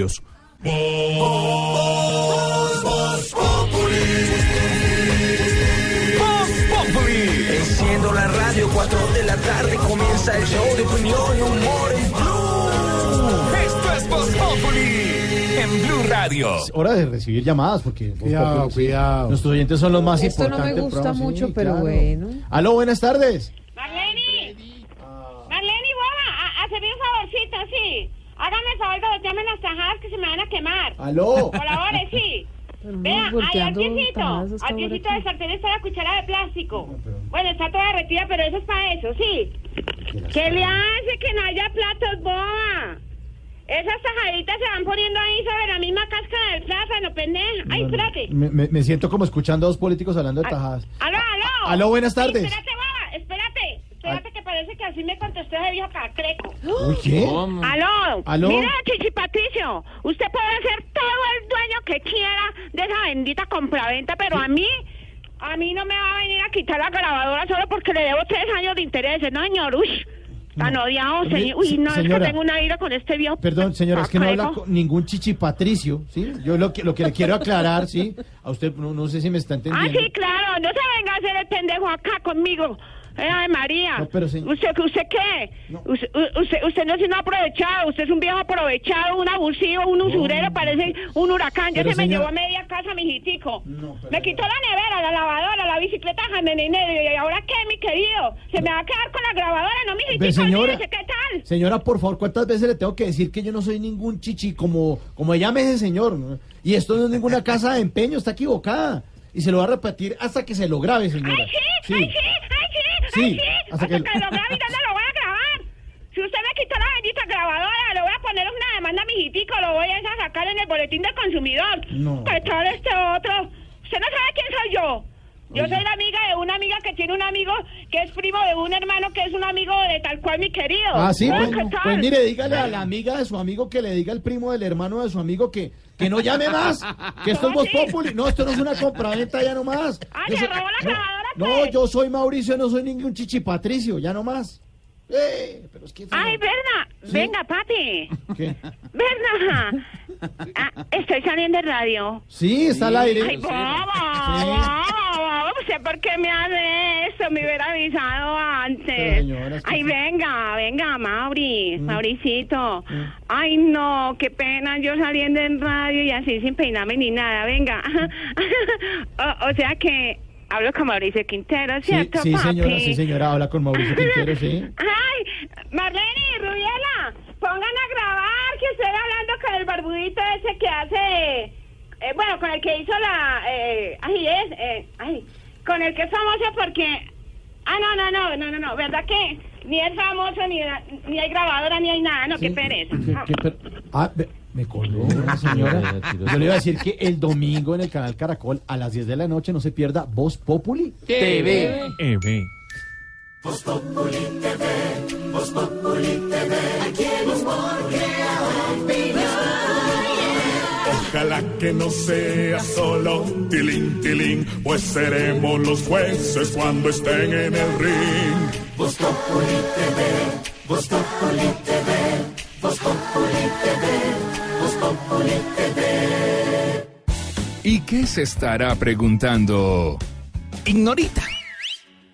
S18: Enciendo la radio, 4 de la tarde comienza el show de opinión y humor en Blue. Esto es Voz Populi en Blue Radio.
S11: Es hora de recibir llamadas porque
S12: Cuidado.
S11: Nuestros oyentes son los más
S5: Esto
S11: importantes.
S5: no me gusta
S11: programa,
S5: mucho,
S11: sí,
S5: pero
S11: claro.
S5: bueno.
S11: Aló, buenas tardes.
S19: Marlene, boba, hazme un favorcito, sí. Hágame el favor de voltearme las tajadas que se me van a quemar.
S11: Aló.
S19: Colabore, sí. Vea, ahí al piecito del sartén está la cuchara de plástico. Bueno, está toda derretida, pero eso es para eso, sí. ¿Qué le hace que no haya platos, boba? Esas tajaditas se van poniendo ahí sobre la misma cáscara del plátano, pendeja. Ay, espérate.
S11: Me siento como escuchando a 2 políticos hablando de tajadas.
S19: Aló.
S11: Aló, buenas tardes.
S19: Sí, espérate, boba, espérate, que parece que así me contestó ese viejo cacreco.
S11: Uy, ¿qué?
S19: Aló. Mira, Chichi Patricio, usted puede ser todo el dueño que quiera de esa bendita compraventa, pero a mí no me va a venir a quitar la grabadora solo porque le debo 3 años de intereses, ¿no, señor? Uy, tan odiado, señor. Uy, no, señora, es que tengo una ira con este viejo.
S11: Perdón, señora, es que no habla con ningún Chichi Patricio, ¿sí? Yo lo que le quiero aclarar, ¿sí? A usted no sé si me está entendiendo.
S19: Sí, claro, no se venga a hacer el pendejo acá conmigo. Ay, María.
S11: No, pero
S19: ¿Usted qué?
S11: No.
S19: Usted no es un aprovechado, usted es un viejo aprovechado, un abusivo, un usurero, parece un huracán. Ya
S11: pero
S19: se me
S11: señora,
S19: llevó a media casa, mijitico. Me quitó la nevera, la lavadora, la bicicleta, y ahora qué, mi querido. Se me va a quedar con la grabadora, ¿no, mijitico?
S11: Pero señora,
S19: ¿qué tal?
S11: Señora, por favor, ¿cuántas veces le tengo que decir que yo no soy ningún chichi como llame ese señor, ¿no? Y esto no es ninguna casa de empeño, está equivocada. Y se lo va a repetir hasta que se lo grabe, señora.
S19: Sí, hasta que lo grabe, ¿y dónde lo voy a grabar? Si usted me quitó la bendita grabadora, le voy a poner una demanda, mijitico, lo voy a sacar en el boletín del consumidor.
S11: No.
S19: ¿Qué tal este otro? Usted no sabe quién soy yo. Yo soy la amiga de una amiga que tiene un amigo que es primo de un hermano que es un amigo de tal cual mi querido.
S11: Sí,
S19: ¿Qué tal?
S11: pues mire, dígale a la amiga de su amigo que le diga al primo del hermano de su amigo que no llame más, que esto es Voz Populi. No, esto no es una compraventa ya nomás.
S19: ¿Le robó la grabadora, pues?
S11: No, yo soy Mauricio, no soy ningún Chichi Patricio, ya nomás. Pero es que...
S19: Ay, Berna,
S11: ¿Sí?
S19: Venga, papi.
S11: ¿Qué?
S19: Berna, estoy saliendo de radio.
S11: Sí, está al aire.
S19: Ay, boba, ¿usted por qué me hace eso? Me hubiera avisado antes.
S11: Señora, es que...
S19: Ay, venga, Mauricito. Ay, no, qué pena yo saliendo en radio y así sin peinarme ni nada, venga. O sea que... Hablo con Mauricio Quintero, ¿cierto,
S11: sí,
S19: papi?
S11: Sí, señora, habla con Mauricio Quintero, sí.
S19: Ay, Marlene y Rubiela, pongan a grabar que estoy hablando con el barbudito ese que hace... bueno, con el que hizo la... con el que es famoso porque... no, ¿verdad que ni es famoso, ni hay grabadora, ni hay nada? No, sí, qué pereza.
S11: Me coló, señora. Yo le iba a decir que el domingo en el canal Caracol a las 10 de la noche no se pierda Voz Populi TV.
S26: Voz Populi TV, Voz Populi TV. Aquí el humor crea opinión.
S10: Ojalá que no sea solo tilín, pues seremos los jueces cuando estén en el ring.
S26: Voz Populi TV, Voz Populi TV, Voz Populi TV.
S20: ¿Y qué se estará preguntando Ignorita?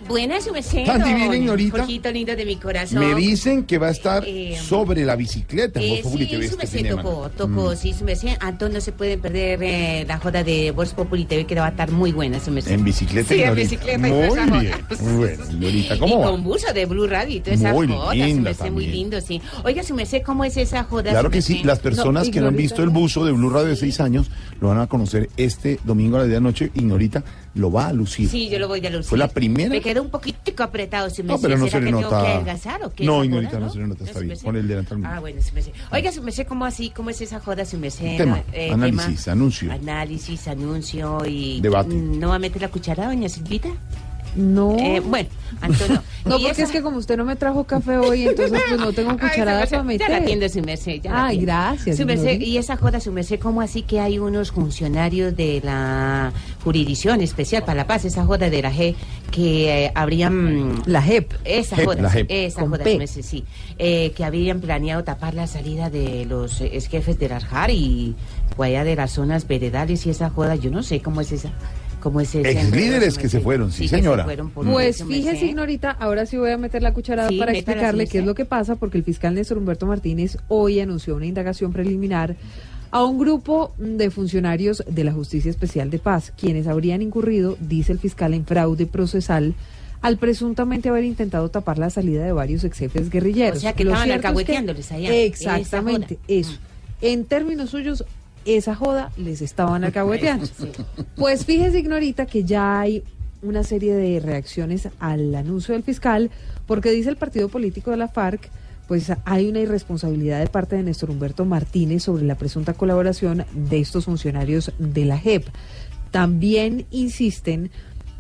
S1: Buenas, su merced.
S4: ¿Tan divina, señorita?
S1: Jorgito lindo de mi corazón.
S4: Me dicen que va a estar sobre la bicicleta en Voz Populi TV
S1: sí, su
S4: este
S1: merced
S4: fin de semana.
S1: tocó, sí, su merced. Entonces no se pueden perder la joda de Voz Populi TV, que va a estar muy buena, su merced.
S4: En bicicleta,
S1: Sí, en
S4: señorita.
S1: bicicleta y toda esa
S4: Muy bien.
S1: joda.
S4: Muy bueno, señorita, ¿cómo
S1: Y
S4: va?
S1: con buzo de Blue Radio y toda esa
S4: Muy
S1: joda,
S4: linda
S1: su merced, muy
S4: también.
S1: lindo, sí. Oiga, su merced, ¿cómo es esa joda?
S4: Claro
S1: su
S4: que sí,
S1: merced?
S4: las personas que no han visto el buzo de Blue Radio de 6 años lo van a conocer este domingo a las 10 de la noche. Ignorita lo va a lucir.
S1: Sí, yo lo voy a lucir.
S4: Fue la primera.
S1: Me quedó un poquitico apretado, su merced.
S4: No, pero no
S1: ¿Será
S4: se le
S1: que
S4: nota.
S1: tengo que adelgazar o qué?
S4: No,
S1: esa
S4: Ignorita,
S1: joda,
S4: no se le nota, está
S1: su
S4: bien.
S1: merced.
S4: Pon el delantal.
S1: Ah, bueno, su merced. Oiga, su merced, ¿cómo así? ¿Cómo es esa joda, su merced?
S4: Tema, análisis, anuncio.
S1: Análisis, anuncio y...
S4: Debate.
S1: ¿No va a meter la cuchara, doña Silvita?
S5: No.
S1: Bueno, Antonio.
S5: No,
S1: ¿y
S5: porque
S1: esa-
S5: es que como usted no me trajo café hoy, entonces pues no tengo cucharadas
S1: Ay, su
S5: para
S1: merced,
S5: meter.
S1: Ya la atiende su merced. Ya la
S5: Ay,
S1: atiende.
S5: gracias.
S1: Su merced,
S5: señorita.
S1: y esa joda, su merced, ¿cómo así que hay unos funcionarios de la Jurisdicción Especial para la Paz, esa joda de la G, que habrían...
S5: La JEP.
S1: Esa
S4: JEP,
S1: joda,
S4: la JEP.
S1: esa
S5: Con
S1: joda,
S5: P.
S1: su merced, sí. Que habían planeado tapar la salida de los ex jefes del Arjar y allá de las zonas veredales y esa joda, yo no sé cómo es esa... ¿Cómo es ese
S4: Ex
S1: enredo,
S4: líderes
S1: su
S4: que se
S1: merced?
S4: fueron, sí,
S1: que se
S4: señora.
S1: fueron por
S5: Pues
S1: su
S5: fíjese,
S1: merced.
S5: Ignorita, ahora sí voy a meter la cucharada
S1: Sí,
S5: para
S1: métala,
S5: explicarle
S1: su
S5: qué es
S1: merced.
S5: lo que pasa, porque el fiscal Néstor Humberto Martínez hoy anunció una indagación preliminar a un grupo de funcionarios de la Justicia Especial de Paz, quienes habrían incurrido, dice el fiscal, en fraude procesal al presuntamente haber intentado tapar la salida de varios ex jefes guerrilleros.
S1: O sea, que
S5: Lo
S1: estaban
S5: cierto es que-
S1: alcahueteándoles allá.
S5: Exactamente,
S1: Esa
S5: eso. En términos suyos, esa joda les estaban alcahueteando. Pues fíjese, Ignorita, que ya hay una serie de reacciones al anuncio del fiscal, porque dice el partido político de la FARC, pues hay una irresponsabilidad de parte de Néstor Humberto Martínez sobre la presunta colaboración de estos funcionarios de la JEP. También insisten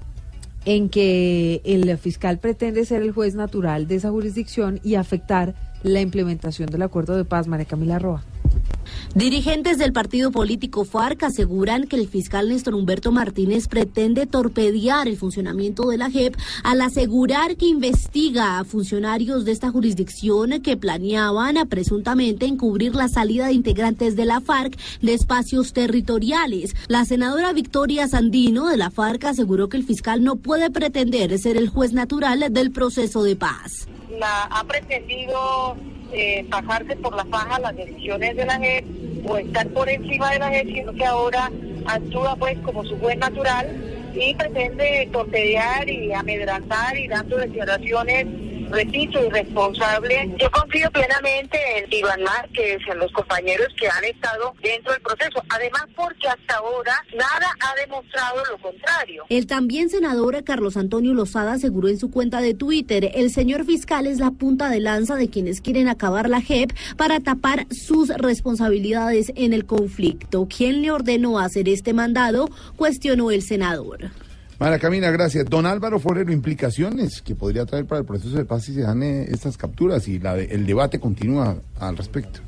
S5: en que el fiscal pretende ser el juez natural de esa jurisdicción y afectar la implementación del acuerdo de paz. María Camila Roa.
S20: Dirigentes del partido político FARC aseguran que el fiscal Néstor Humberto Martínez pretende torpedear el funcionamiento de la JEP al asegurar que investiga a funcionarios de esta jurisdicción que planeaban presuntamente encubrir la salida de integrantes de la FARC de espacios territoriales. La senadora Victoria Sandino de la FARC aseguró que el fiscal no puede pretender ser el juez natural del proceso de paz.
S21: Ha pretendido pasarse por la faja las decisiones de la JEP o estar por encima de la JEP, sino que ahora actúa pues como su juez natural y pretende torpedear y amedrantar y dando declaraciones, repito, irresponsables. Yo confío plenamente en Iván Márquez, en los compañeros que han estado dentro del proceso, además porque hasta ahora nada ha demostrado lo contrario.
S20: El también senador Carlos Antonio Lozada aseguró en su cuenta de Twitter, el señor fiscal es la punta de lanza de quienes quieren acabar la JEP para tapar sus responsabilidades en el conflicto. ¿Quién le ordenó hacer este mandado?, cuestionó el senador.
S4: María Camila, gracias. Don Álvaro Forero, implicaciones que podría traer para el proceso de paz si se dan estas capturas y el debate continúa al respecto.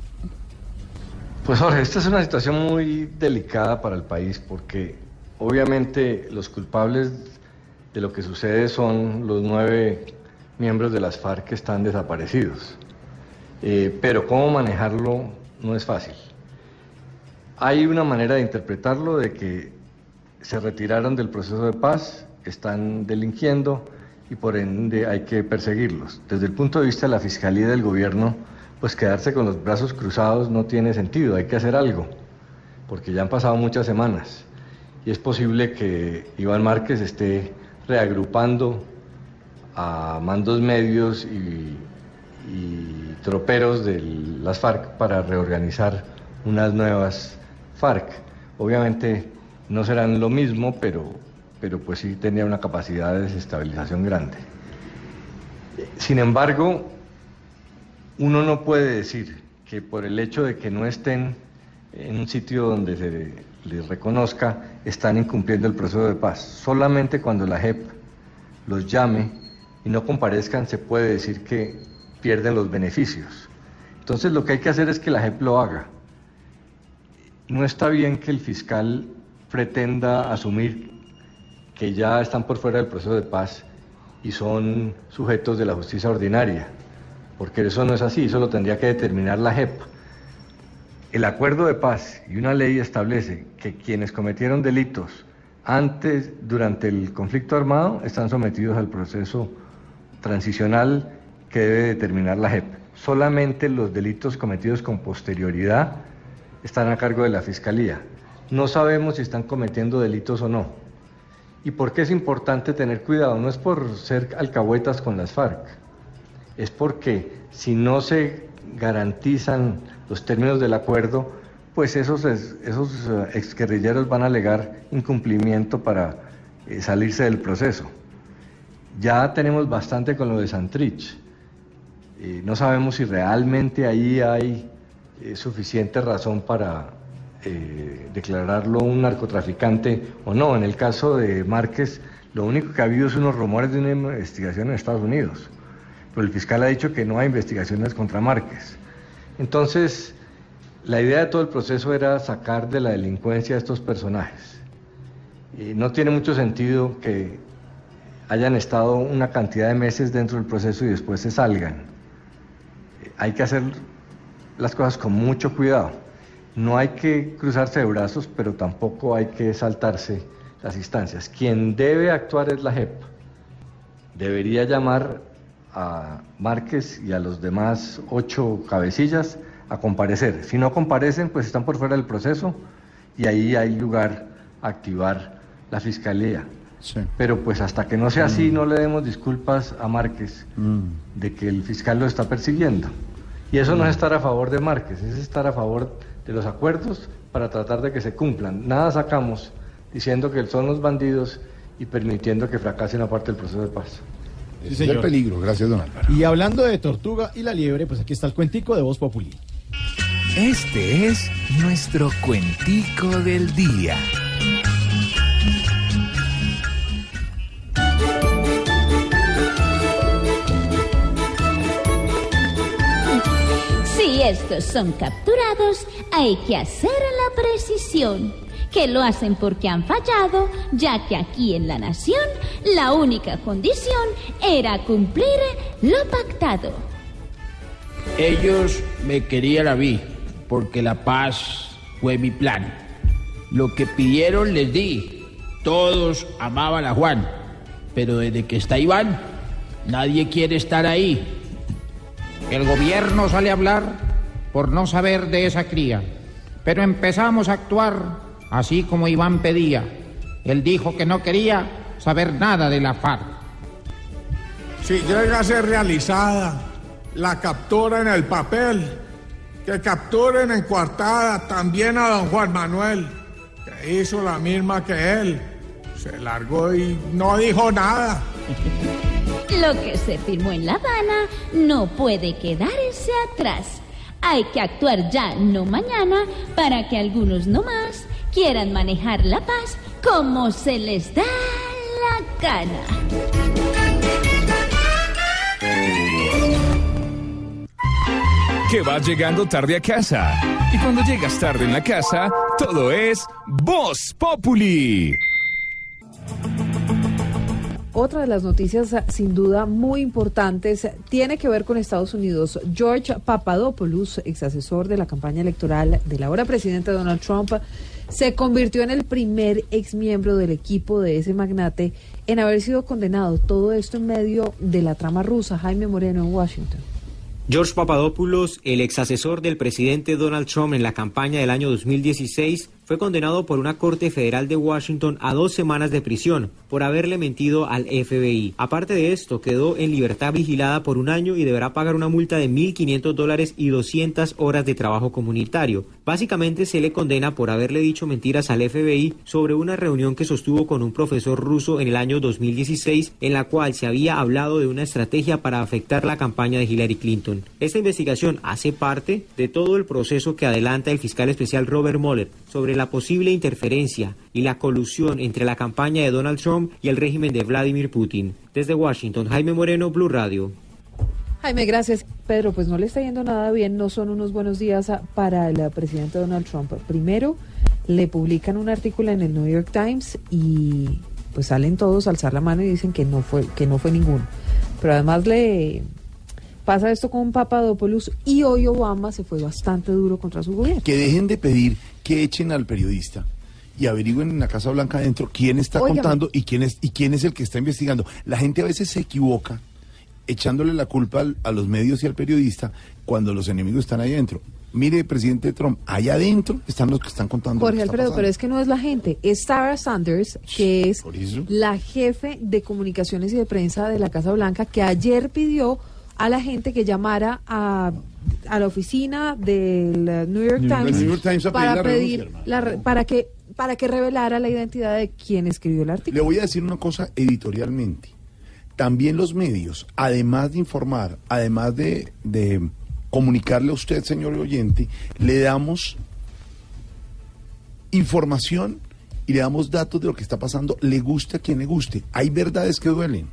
S22: Pues Jorge, esta es una situación muy delicada para el país porque obviamente los culpables de lo que sucede son los 9 miembros de las FARC que están desaparecidos. Pero cómo manejarlo no es fácil. Hay una manera de interpretarlo de que se retiraron del proceso de paz, están delinquiendo y por ende hay que perseguirlos. Desde el punto de vista de la Fiscalía y del Gobierno, pues quedarse con los brazos cruzados no tiene sentido, hay que hacer algo, porque ya han pasado muchas semanas y es posible que Iván Márquez esté reagrupando a mandos medios y troperos de las FARC para reorganizar unas nuevas FARC. Obviamente no serán lo mismo, pero pues sí tenía una capacidad de desestabilización grande. Sin embargo, uno no puede decir que por el hecho de que no estén en un sitio donde se les reconozca, están incumpliendo el proceso de paz. Solamente cuando la JEP los llame y no comparezcan se puede decir que pierden los beneficios. Entonces lo que hay que hacer es que la JEP lo haga. No está bien que el fiscal pretenda asumir que ya están por fuera del proceso de paz y son sujetos de la justicia ordinaria, porque eso no es así, eso lo tendría que determinar la JEP. El acuerdo de paz y una ley establece que quienes cometieron delitos durante el conflicto armado, están sometidos al proceso transicional que debe determinar la JEP. Solamente los delitos cometidos con posterioridad están a cargo de la Fiscalía. No sabemos si están cometiendo delitos o no. ¿Y por qué es importante tener cuidado? No es por ser alcahuetas con las FARC, es porque si no se garantizan los términos del acuerdo, pues esos exguerrilleros van a alegar incumplimiento para salirse del proceso. Ya tenemos bastante con lo de Santrich. No sabemos si realmente ahí hay suficiente razón para declararlo un narcotraficante o no. En el caso de Márquez, lo único que ha habido son unos rumores de una investigación en Estados Unidos, pero el fiscal ha dicho que no hay investigaciones contra Márquez. Entonces, la idea de todo el proceso era sacar de la delincuencia a estos personajes. No tiene mucho sentido que hayan estado una cantidad de meses dentro del proceso y después se salgan. Hay que hacer las cosas con mucho cuidado. No hay que cruzarse de brazos, pero tampoco hay que saltarse las instancias. Quien debe actuar es la JEP. Debería llamar a Márquez y a los demás 8 cabecillas a comparecer. Si no comparecen, pues están por fuera del proceso y ahí hay lugar a activar la Fiscalía. Sí. Pero pues hasta que no sea así, no le demos disculpas a Márquez de que el fiscal lo está persiguiendo. Y eso no es estar a favor de Márquez, es estar a favor de los acuerdos para tratar de que se cumplan. Nada sacamos diciendo que son los bandidos y permitiendo que fracase una parte del proceso de paz.
S4: Sí, señor. Es el peligro, gracias, don Álvaro.
S11: Y hablando de Tortuga y la Liebre, pues aquí está el cuentico de Voz Populi.
S2: Este es nuestro cuentico del día.
S13: Si estos son capturados, hay que hacer la precisión, que lo hacen porque han fallado, ya que aquí en la nación la única condición era cumplir lo pactado.
S14: Ellos me querían a mí, porque la paz fue mi plan. Lo que pidieron les di, todos amaban a Juan, pero desde que está Iván, nadie quiere estar ahí.
S16: El gobierno sale a hablar por no saber de esa cría, pero empezamos a actuar así como Iván pedía. Él dijo que no quería saber nada de la FARC.
S9: Si llega a ser realizada la captura en el papel, que capturen en coartada también a don Juan Manuel, que hizo la misma que él. Se largó y no dijo nada.
S13: Lo que se firmó en La Habana no puede quedarse atrás. Hay que actuar ya, no mañana, para que algunos no más quieran manejar la paz como se les da la gana.
S2: Que vas llegando tarde a casa. Y cuando llegas tarde en la casa, todo es Voz Populi.
S5: Otra de las noticias sin duda muy importantes tiene que ver con Estados Unidos. George Papadopoulos, ex asesor de la campaña electoral del ahora presidente Donald Trump, se convirtió en el primer ex miembro del equipo de ese magnate en haber sido condenado. Todo esto en medio de la trama rusa. Jaime Moreno en Washington.
S23: George Papadopoulos, el ex asesor del presidente Donald Trump en la campaña del año 2016, fue condenado por una corte federal de Washington a 2 semanas de prisión por haberle mentido al FBI. Aparte de esto, quedó en libertad vigilada por 1 año y deberá pagar una multa de $1,500 y 200 horas de trabajo comunitario. Básicamente se le condena por haberle dicho mentiras al FBI sobre una reunión que sostuvo con un profesor ruso en el año 2016, en la cual se había hablado de una estrategia para afectar la campaña de Hillary Clinton. Esta investigación hace parte de todo el proceso que adelanta el fiscal especial Robert Mueller sobre la posible interferencia y la colusión entre la campaña de Donald Trump y el régimen de Vladimir Putin. Desde Washington, Jaime Moreno, Blue Radio.
S5: Jaime, gracias. Pedro, pues no le está yendo nada bien, no son unos buenos días para el presidente Donald Trump. Primero, le publican un artículo en el New York Times y pues salen todos a alzar la mano y dicen que no fue ninguno. Pero además le pasa esto con Papadopoulos y hoy Obama se fue bastante duro contra su gobierno.
S4: Que dejen de pedir que echen al periodista y averigüen en la Casa Blanca adentro quién está contando y quién es el que está investigando. La gente a veces se equivoca echándole la culpa a los medios y al periodista cuando los enemigos están ahí adentro. Mire, presidente Trump, allá adentro están los que están contando.
S5: Jorge Alfredo, pero es que no es la gente, es Sarah Sanders, que es la jefe de comunicaciones y de prensa de la Casa Blanca, que ayer pidió a la gente que llamara a la oficina del New York Times para pedir para que revelara la identidad de quien escribió el artículo.
S4: Le voy a decir una cosa editorialmente. También los medios, además de informar, además de comunicarle a usted, señor oyente, le damos información y le damos datos de lo que está pasando, le guste a quien le guste. Hay verdades que duelen.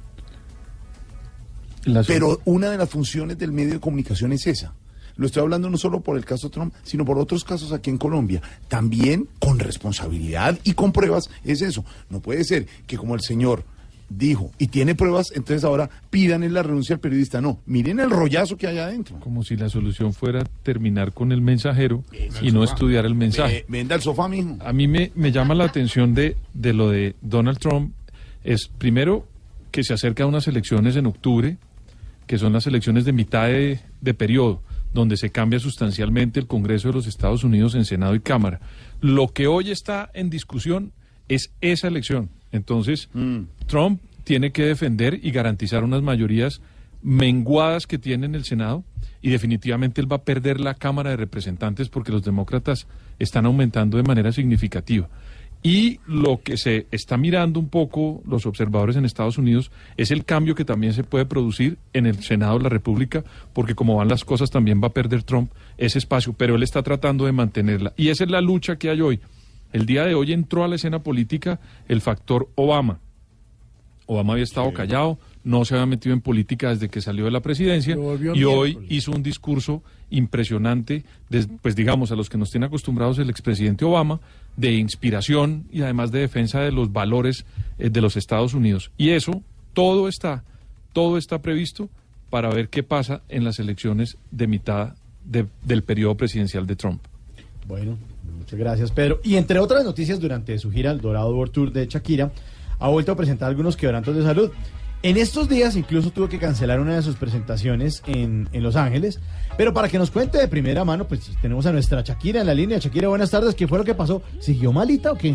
S4: Pero una de las funciones del medio de comunicación es esa. Lo estoy hablando no solo por el caso Trump, sino por otros casos aquí en Colombia. También con responsabilidad y con pruebas es eso. No puede ser que como el señor dijo y tiene pruebas, entonces ahora pidan en la renuncia al periodista. No, miren el rollazo que hay adentro.
S7: Como si la solución fuera terminar con el mensajero y no estudiar el mensaje.
S4: Venda el sofá, mijo.
S7: A mí me llama la atención de lo de Donald Trump. Es primero que se acerca a unas elecciones en octubre, que son las elecciones de mitad de periodo, donde se cambia sustancialmente el Congreso de los Estados Unidos en Senado y Cámara. Lo que hoy está en discusión es esa elección. Entonces, Trump tiene que defender y garantizar unas mayorías menguadas que tiene en el Senado, y definitivamente él va a perder la Cámara de Representantes porque los demócratas están aumentando de manera significativa. Y lo que se está mirando un poco los observadores en Estados Unidos es el cambio que también se puede producir en el Senado de la República, porque como van las cosas también va a perder Trump ese espacio, pero él está tratando de mantenerla. Y esa es la lucha que hay hoy. El día de hoy entró a la escena política el factor Obama. Obama había estado callado, no se había metido en política desde que salió de la presidencia y hoy hizo un discurso impresionante, pues digamos, a los que nos tiene acostumbrados el expresidente Obama, de inspiración y además de defensa de los valores de los Estados Unidos. Y eso, todo está previsto para ver qué pasa en las elecciones de mitad del periodo presidencial de Trump.
S11: Bueno, muchas gracias, Pedro. Y entre otras noticias, durante su gira al Dorado World Tour de Shakira, ha vuelto a presentar algunos quebrantos de salud. En estos días incluso tuvo que cancelar una de sus presentaciones en Los Ángeles. Pero para que nos cuente de primera mano, pues tenemos a nuestra Shakira en la línea. Shakira, buenas tardes. ¿Qué fue lo que pasó? ¿Siguió malita o qué?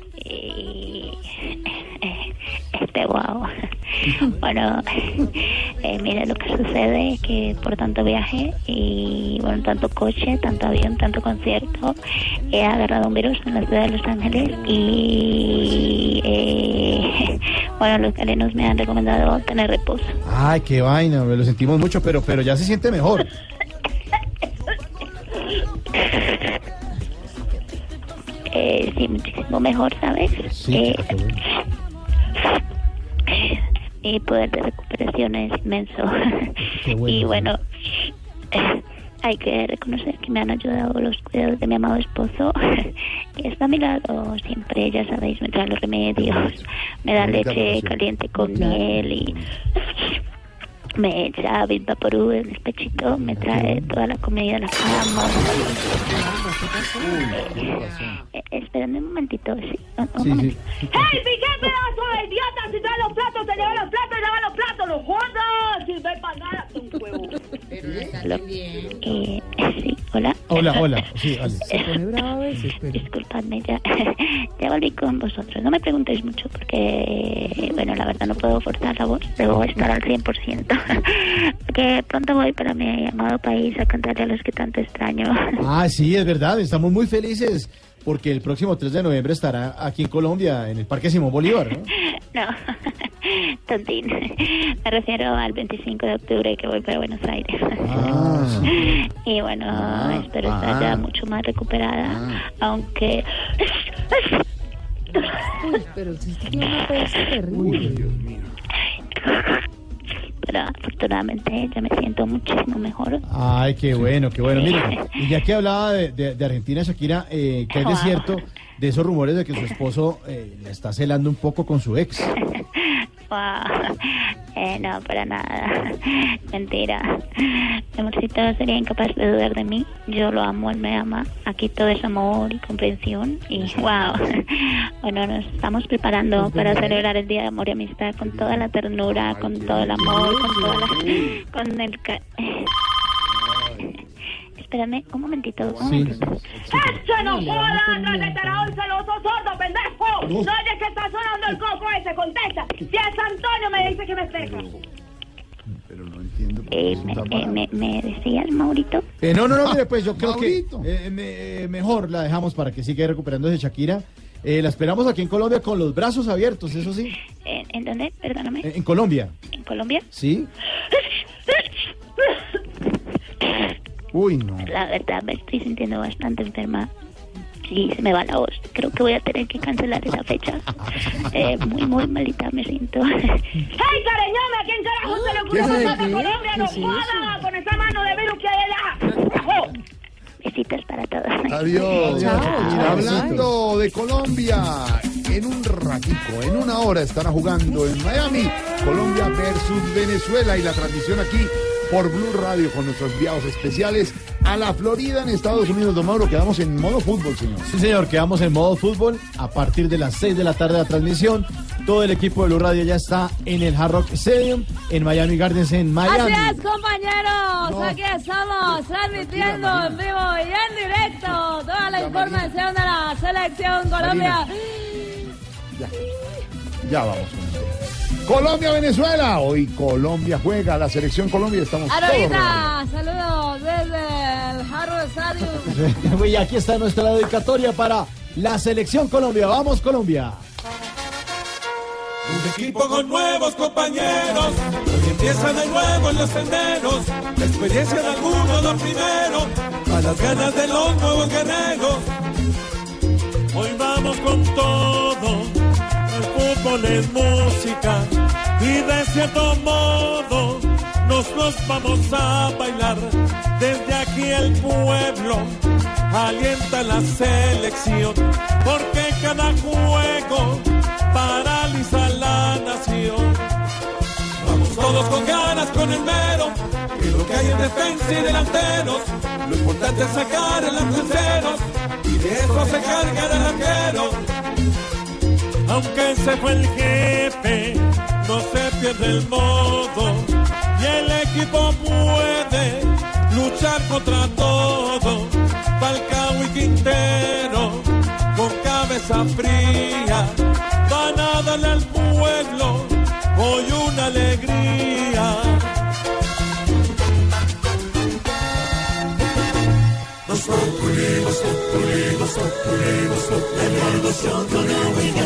S8: Wow. Bueno, mira lo que sucede, que por tanto viaje y bueno, tanto coche, tanto avión, tanto concierto, he agarrado un virus en la ciudad de Los Ángeles y bueno, los galenos me han recomendado tener reposo.
S11: Ay, qué vaina, me lo sentimos mucho, pero ya se siente mejor.
S8: Sí, muchísimo mejor, ¿sabes?
S11: Sí,
S8: y poder de recuperación es inmenso. Bueno, y bueno, hay que reconocer que me han ayudado los cuidados de mi amado esposo, que está a mi lado siempre, ya sabéis, me trae los remedios, me da leche caliente con miel y me echa Vaporú en el pechito, me trae toda la comida a la cama. Espérame un momentito, sí. Un momentito.
S19: ¡Hey, Piqué, pedazo de idiota! Si trae los platos, te lleva los platos y lava los platos, los gordos. Si no hay para nada, un huevo. Pero no está bien.
S8: Sí, hola.
S11: Hola, sí, vale.
S5: Se pone brava a veces, pero...
S8: Disculpadme, ya volví con vosotros. No me preguntéis mucho porque, bueno, la verdad no puedo forzar la voz. Debo estar al 100%. Porque pronto voy para mi amado país a cantarle a los que tanto extraño.
S11: Ah, sí, es verdad. Estamos muy felices porque el próximo 3 de noviembre estará aquí en Colombia, en el Parque Simón Bolívar, ¿no?
S8: No, tontín. Me refiero al 25 de octubre que voy para Buenos Aires. Y bueno, espero estar ya mucho más recuperada, aunque...
S5: Uy, pero si tiene una peste terrible.
S4: Dios mío.
S8: Pero afortunadamente ya me siento muchísimo mejor.
S11: Ay, qué bueno, qué bueno. Mire, y ya que hablaba de Argentina, Shakira, ¿qué hay de cierto de esos rumores de que su esposo la está celando un poco con su ex?
S8: No, para nada. Mentira. Mi amorcito sería incapaz de dudar de mí. Yo lo amo, él me ama. Aquí todo es amor y comprensión. Y wow. Bueno, nos estamos preparando para celebrar el Día de Amor y Amistad con toda la ternura, con todo el amor, con toda la... con el... Espérame, un momentito.
S19: ¡Eso no joda! ¡Tras de Taraón, celoso, sordo, pendejo! ¡No oyes que está sonando el coco ese! ¡Contesta! Si es Antonio, me dice que me seca.
S4: Pero no entiendo.
S8: ¿Me decías, Maurito?
S11: No, mire, pues yo creo que mejor la dejamos para que siga recuperándose Shakira. La esperamos aquí en Colombia con los brazos abiertos, eso sí.
S8: ¿En dónde? Perdóname.
S11: En Colombia.
S8: ¿En Colombia?
S11: Sí. Uy, no.
S8: La verdad, me estoy sintiendo bastante enferma. Sí, se me va la voz. Creo que voy a tener que cancelar esa fecha. Muy malita me siento. ¡Hey, careñome! ¿A quién carajo se le ocurrió pasar de Colombia? ¡No joda! Con esa mano de virus que hay allá. Besitos para todos.
S4: Adiós.
S5: Chao.
S4: Hablando de Colombia, en un ratico, en una hora estará jugando en Miami, Colombia versus Venezuela, y la transmisión aquí por Blue Radio con nuestros enviados especiales a la Florida en Estados Unidos. Don Mauro, quedamos en modo fútbol, señor.
S11: Sí, señor, quedamos en modo fútbol a partir de las 6 de la tarde la transmisión. Todo el equipo de Blue Radio ya está en el Hard Rock Stadium en Miami Gardens, en Miami.
S3: Así es, compañeros, aquí estamos transmitiendo en vivo y en directo toda la información de la selección Colombia.
S4: Ya vamos. Colombia-Venezuela. Hoy Colombia juega, la selección Colombia. Estamos
S3: Ahorita, saludos desde el Hard Rock Stadium.
S11: Y aquí está nuestra dedicatoria para la selección Colombia. ¡Vamos, Colombia!
S10: Un equipo con nuevos compañeros, hoy empieza de nuevo en los senderos, la experiencia de algunos lo primero, a las ganas de los nuevos guerreros. Hoy vamos con todo, el fútbol es música, y de cierto modo nos vamos a bailar. Desde aquí el pueblo alienta la selección, porque cada juego paraliza la nación. Vamos todos con ganas, con el mero, y lo que hay en defensa y delanteros, lo importante es sacar el arco en ceros, y de eso se carga el arquero. Aunque se fue el jefe, no se pierde el modo, y el equipo puede luchar contra todo. Falcao y Quintero, con cabeza fría, van a darle al pueblo hoy una alegría. Voz Populi, Voz Populi, Voz Populi, Voz Populi, la emoción con el